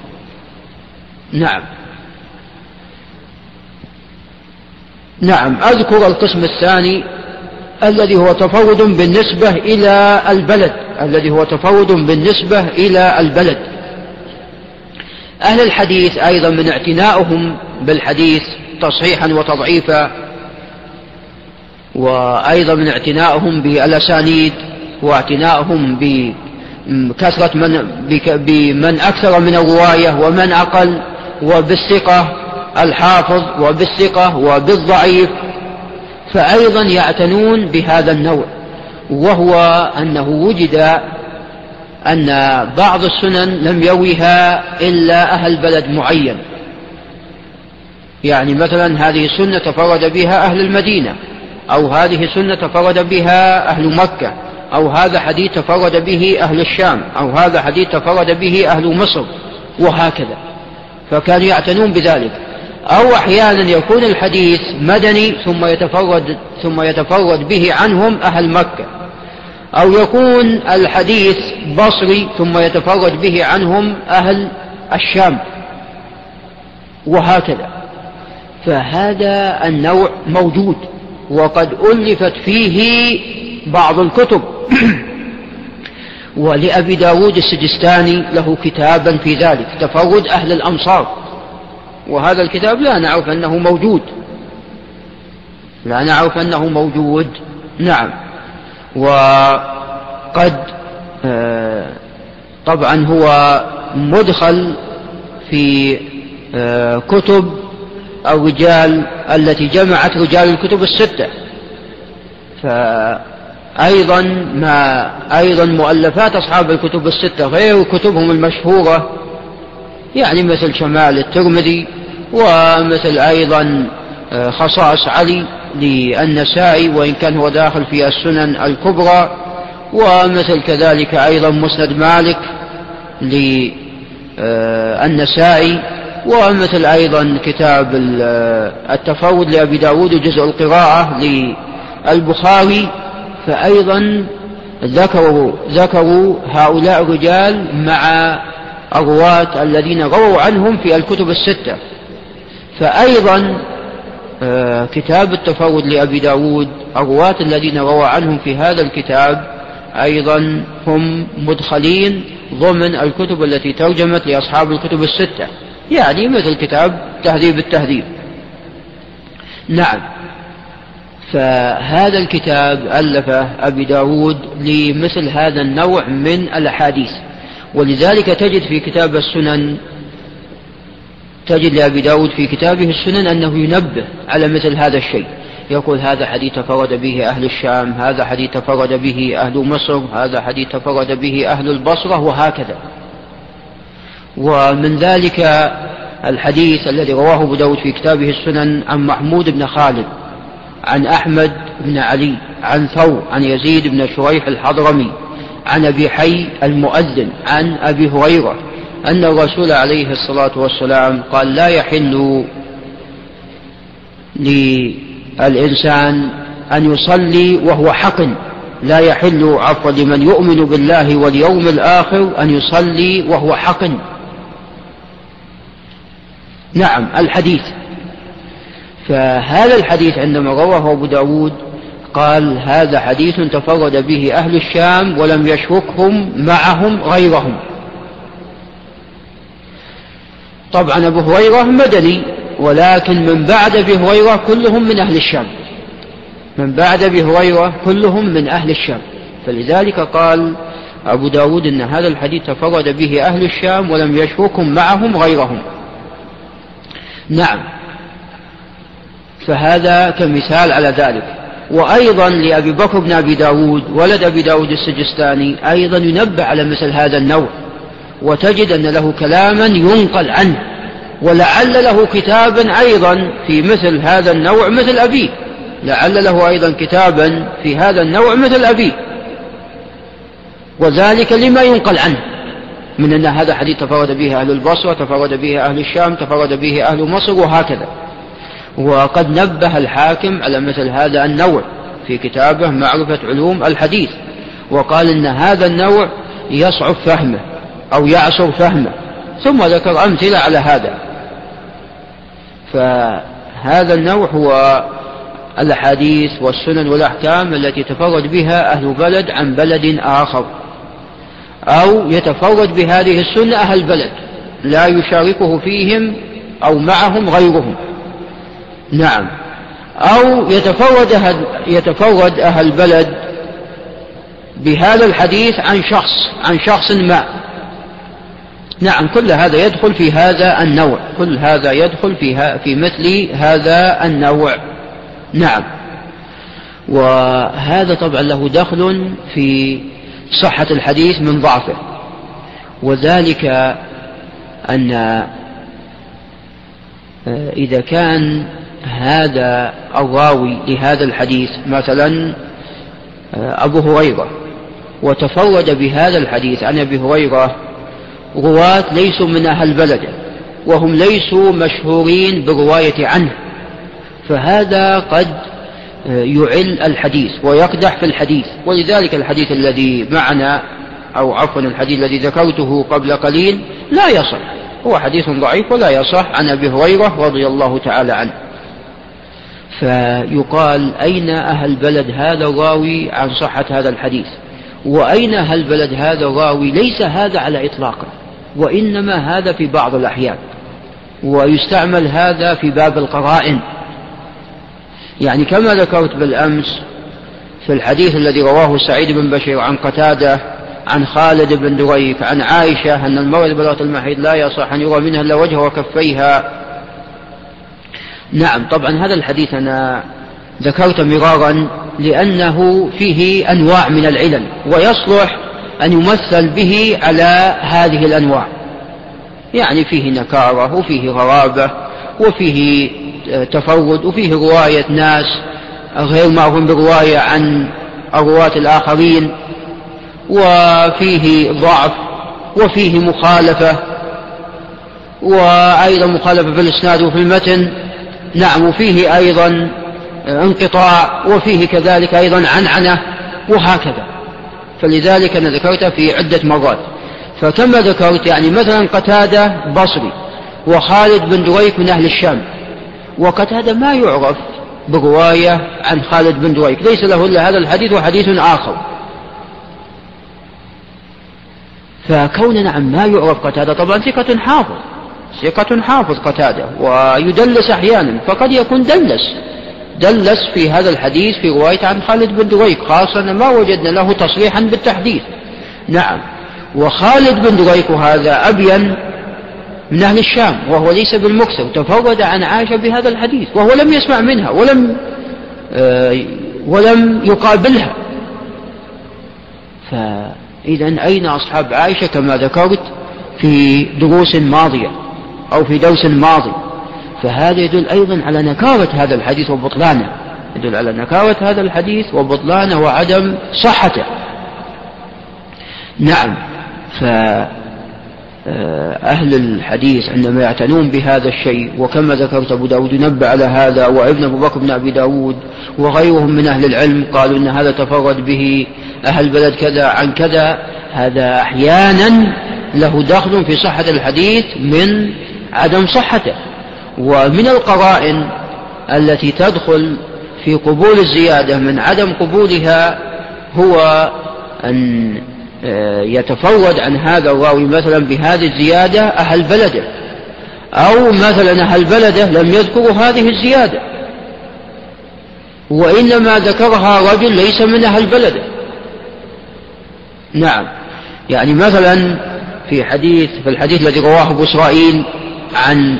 نعم. أذكر القسم الثاني الذي هو تفرد بالنسبة إلى البلد، الذي هو تفرد بالنسبة إلى البلد. أهل الحديث أيضا من اعتنائهم بالحديث تصحيحا وتضعيفا، وأيضا من اعتنائهم بالأسانيد واعتنائهم بكثرة بمن أكثر من الرواية ومن أقل، وبالثقة الحافظ وبالثقة وبالضعيف، فأيضا يعتنون بهذا النوع، وهو أنه وجد أن بعض السنن لم يرويها إلا أهل بلد معين، يعني مثلا هذه السنة تفرد بها أهل المدينة، أو هذه سنة تفرد بها أهل مكة، أو هذا حديث تفرد به أهل الشام، أو هذا حديث تفرد به أهل مصر، وهكذا. فكانوا يعتنون بذلك. أو أحيانا يكون الحديث مدني ثم يتفرد به عنهم أهل مكة، أو يكون الحديث بصري ثم يتفرد به عنهم أهل الشام، وهكذا. فهذا النوع موجود، وقد ألفت فيه بعض الكتب. ولأبي داود السجستاني له كتابا في ذلك، تفرد أهل الأمصار، وهذا الكتاب لا نعرف أنه موجود، لا نعرف أنه موجود. نعم. وقد طبعا هو مدخل في كتب الرجال التي جمعت رجال الكتب الستة، أيضا مؤلفات أصحاب الكتب الستة غير كتبهم المشهورة، يعني مثل شمال الترمذي، ومثل أيضا خصائص علي للنسائي وإن كان هو داخل في السنن الكبرى، ومثل كذلك أيضا مسند مالك للنسائي، ومثل أيضا كتاب التفرد لأبي داود وجزء القراءة للبخاري. فأيضا ذكروا هؤلاء الرجال مع الرواة الذين رووا عنهم في الكتب الستة. فأيضا كتاب التفرد لأبي داود الرواة الذين رووا عنهم في هذا الكتاب أيضا هم مدخلين ضمن الكتب التي ترجمت لأصحاب الكتب الستة، يعني مثل كتاب تهذيب التهذيب. نعم. فهذا الكتاب ألفه أبي داود لمثل هذا النوع من الأحاديث، ولذلك تجد في كتاب السنن، تجد لأبي داود في كتابه السنن أنه ينبه على مثل هذا الشيء، يقول هذا حديث تفرد به أهل الشام، هذا حديث تفرد به أهل مصر، هذا حديث تفرد به أهل البصرة، وهكذا. ومن ذلك الحديث الذي رواه أبو داود في كتابه السنن عن محمود بن خالد عن أحمد بن علي عن ثور عن يزيد بن شريح الحضرمي عن أبي حي المؤذن عن أبي هريرة أن الرسول عليه الصلاة والسلام قال: لا يحل للإنسان أن يصلي وهو حقن، لا يحل عفوا لمن يؤمن بالله واليوم الآخر أن يصلي وهو حقن. نعم، الحديث. فهذا الحديث عندما رواه أبو داود قال: هذا حديث تفرد به أهل الشام ولم يشركهم معهم غيرهم. طبعا أبو هريرة مدني، ولكن من بعد أبي هريرة كلهم من أهل الشام، من بعد أبي هريرة كلهم من أهل الشام. فلذلك قال أبو داود إن هذا الحديث تفرد به أهل الشام ولم يشركهم معهم غيرهم. نعم، فهذا كمثال على ذلك. وأيضا لأبي بكر بن أبي داود ولد أبي داود السجستاني أيضا ينبه على مثل هذا النوع، وتجد أن له كلاما ينقل عنه، ولعل له كتابا أيضا في مثل هذا النوع مثل أبيه، لعل له أيضا كتابا في هذا النوع مثل أبيه، وذلك لما ينقل عنه من أن هذا حديث تفرد به أهل البصرة، تفرد به أهل الشام، تفرد به أهل مصر، وهكذا. وقد نبه الحاكم على مثل هذا النوع في كتابه معرفة علوم الحديث، وقال إن هذا النوع يصعب فهمه أو يعسر فهمه، ثم ذكر أمثلة على هذا. فهذا النوع هو الأحاديث والسنن والأحكام التي تفرد بها أهل بلد عن بلد آخر، أو يتفرد بهذه السنة أهل بلد لا يشاركه فيهم أو معهم غيرهم. نعم، أو يتفرد أهل بلد بهذا الحديث عن شخص ما. نعم، كل هذا يدخل في هذا النوع، كل هذا يدخل في مثل هذا النوع. نعم، وهذا طبعا له دخل في صحة الحديث من ضعفه، وذلك أن إذا كان هذا الراوي لهذا الحديث مثلا أبو هريرة وتفرد بهذا الحديث عن أبي هريرة رواة ليسوا من أهل بلده وهم ليسوا مشهورين بالرواية عنه، فهذا قد يعل الحديث ويقدح في الحديث. ولذلك الحديث الذي معنا أو عفوا الحديث الذي ذكرته قبل قليل لا يصح، هو حديث ضعيف ولا يصح عن أبي هريرة رضي الله تعالى عنه. فيقال أين أهل بلد هذا الراوي عن صحة هذا الحديث، وأين أهل بلد هذا الراوي؟ ليس هذا على إطلاقه، وإنما هذا في بعض الأحيان، ويستعمل هذا في باب القرائن. يعني كما ذكرت بالأمس في الحديث الذي رواه سعيد بن بشير عن قتادة عن خالد بن دريك عن عائشة أن المرأة بلغة المحيض لا يصح أن يرى منها إلا وجهها وكفيها. نعم، طبعا هذا الحديث أنا ذكرت مرارا لأنه فيه أنواع من العلل، ويصلح أن يمثل به على هذه الأنواع. يعني فيه نكارة وفيه غرابة وفيه تفرد وفيه رواية ناس غير معهم برواية عن الرواة الآخرين، وفيه ضعف وفيه مخالفة، وأيضا مخالفة في الإسناد وفي المتن. نعم، وفيه أيضا انقطاع، وفيه كذلك أيضا عنعنة، وهكذا. فلذلك أنا ذكرت في عدة مرات. فكما ذكرت يعني مثلا قتادة بصري وخالد بن دريك من أهل الشام، وقتادة ما يعرف برواية عن خالد بن دريك، ليس له إلا هذا الحديث وحديث آخر. فكون نعم ما يعرف قتادة، طبعا ثقة حافظ قتادة، ويدلس أحيانا، فقد يكون دلس في هذا الحديث في رواية عن خالد بن دريك، خاصة ما وجدنا له تصريحا بالتحديث. نعم، وخالد بن دريك هذا أبين من أهل الشام، وهو ليس بالمكثر، تفرد عن عائشة بهذا الحديث وهو لم يسمع منها ولم ولم يقابلها. فإذا أين أصحاب عائشة كما ذكرت في دروس ماضية أو في درس ماضي؟ فهذا يدل أيضا على نكارة هذا الحديث وبطلانه، يدل على نكارة هذا الحديث وبطلانه وعدم صحته. نعم. فأهل الحديث عندما يعتنون بهذا الشيء، وكما ذكرت أبو داود ينبه على هذا، وابن أبو بكر بن أبي داود وغيرهم من أهل العلم قالوا إن هذا تفرد به أهل بلد كذا عن كذا، هذا أحيانا له دخل في صحة الحديث من عدم صحته. ومن القرائن التي تدخل في قبول الزيادة من عدم قبولها هو أن يتفرد عن هذا الراوي مثلا بهذه الزيادة أهل بلده، أو مثلا أهل بلده لم يذكروا هذه الزيادة وإنما ذكرها رجل ليس من أهل بلده. نعم. يعني مثلا في الحديث الذي رواه أبو إسرائيل عن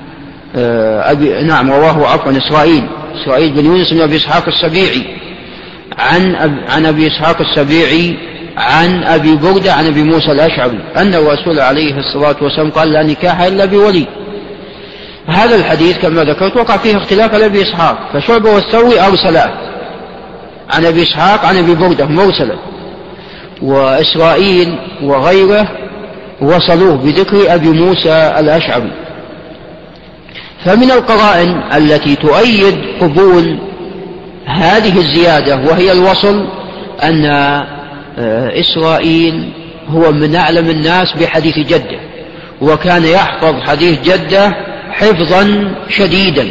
إسرائيل بن يونس بن أبي إسحاق السبيعي عن أبي إسحاق السبيعي عن أبي بردة عن أبي موسى الأشعري أن الرسول عليه الصلاة والسلام قال: لا نكاح إلا بولي. هذا الحديث كما ذكرت وقع فيه اختلاف على أبي إسحاق، فشعبة والثوري أرسلاه عن أبي إسحاق عن أبي بردة مرسلا، وإسرائيل وغيره وصلوه بذكر أبي موسى الأشعري. فمن القرائن التي تؤيد قبول هذه الزيادة وهي الوصل أن إسرائيل هو من أعلم الناس بحديث جده، وكان يحفظ حديث جده حفظا شديدا،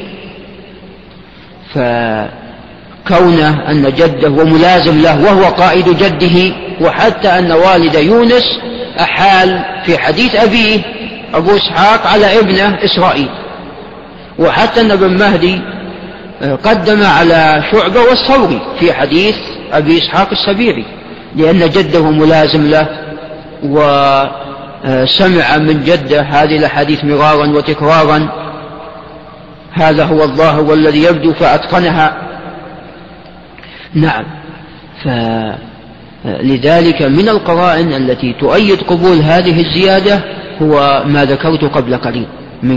فكونه أن جده وملازم له وهو قائد جده، وحتى أن والد يونس أحال في حديث أبيه أبو إسحاق على ابنه إسرائيل، وحتى أن ابن مهدي قدم على شعبة والثوري في حديث أبي إسحاق السبيعي، لأن جده ملازم له وسمع من جده هذه الأحاديث مرارا وتكرارا. هذا هو الظاهر والذي يبدو فأتقنها. نعم. فلذلك من القرائن التي تؤيد قبول هذه الزيادة هو ما ذكرت قبل قليل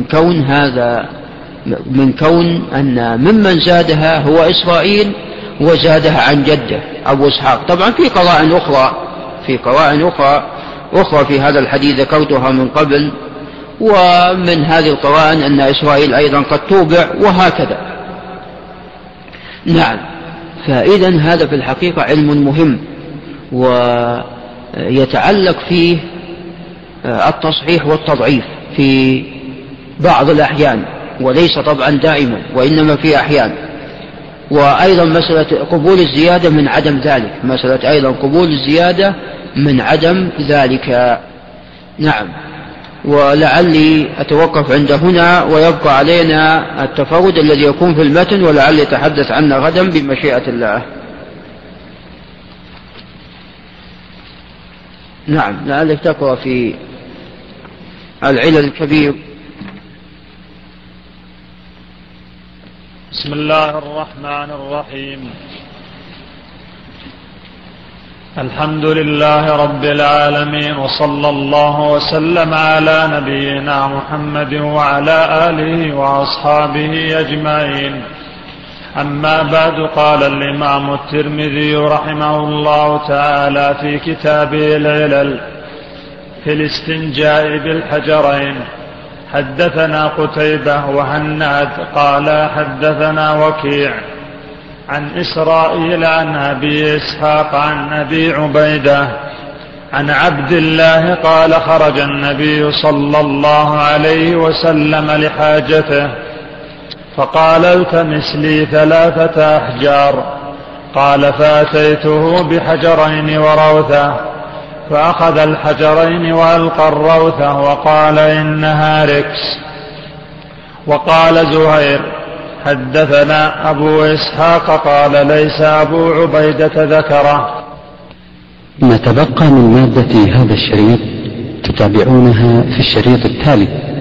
من كون أن ممن زادها هو إسرائيل وزادها عن جده أبو إسحاق. طبعا في قرائن أخرى في هذا الحديث ذكرتها من قبل، ومن هذه القرائن أن إسرائيل أيضا قد توبع وهكذا. نعم. فإذا هذا في الحقيقة علم مهم ويتعلق فيه التصحيح والتضعيف في بعض الأحيان، وليس طبعا دائما وإنما في أحيان. وأيضا مسألة قبول الزيادة من عدم ذلك، مسألة أيضا قبول الزيادة من عدم ذلك. نعم. ولعلي أتوقف عند هنا، ويبقى علينا التفرد الذي يكون في المتن، ولعلي أتحدث عنه غدا بمشيئة الله. نعم. لعلك تقرأ في العلل الكبير. بسم الله الرحمن الرحيم. الحمد لله رب العالمين، وصلى الله وسلم على نبينا محمد وعلى آله وأصحابه أجمعين. أما بعد، قال الإمام الترمذي رحمه الله تعالى في كتابه العلل في الاستنجاء بالحجرين: حدثنا قتيبة وهناد قال حدثنا وكيع عن إسرائيل عن أبي إسحاق عن أبي عبيدة عن عبد الله قال: خرج النبي صلى الله عليه وسلم لحاجته، فقال: التمس لي 3 أحجار. قال: فأتيته بحجرين وروثة، فأخذ الحجرين وألقى الروثة وقال: إنها ركس. وقال زهير: حدثنا أبو إسحاق قال: ليس أبو عبيدة ذكره. ما تبقى من مادة هذا الشريط تتابعونها في الشريط التالي.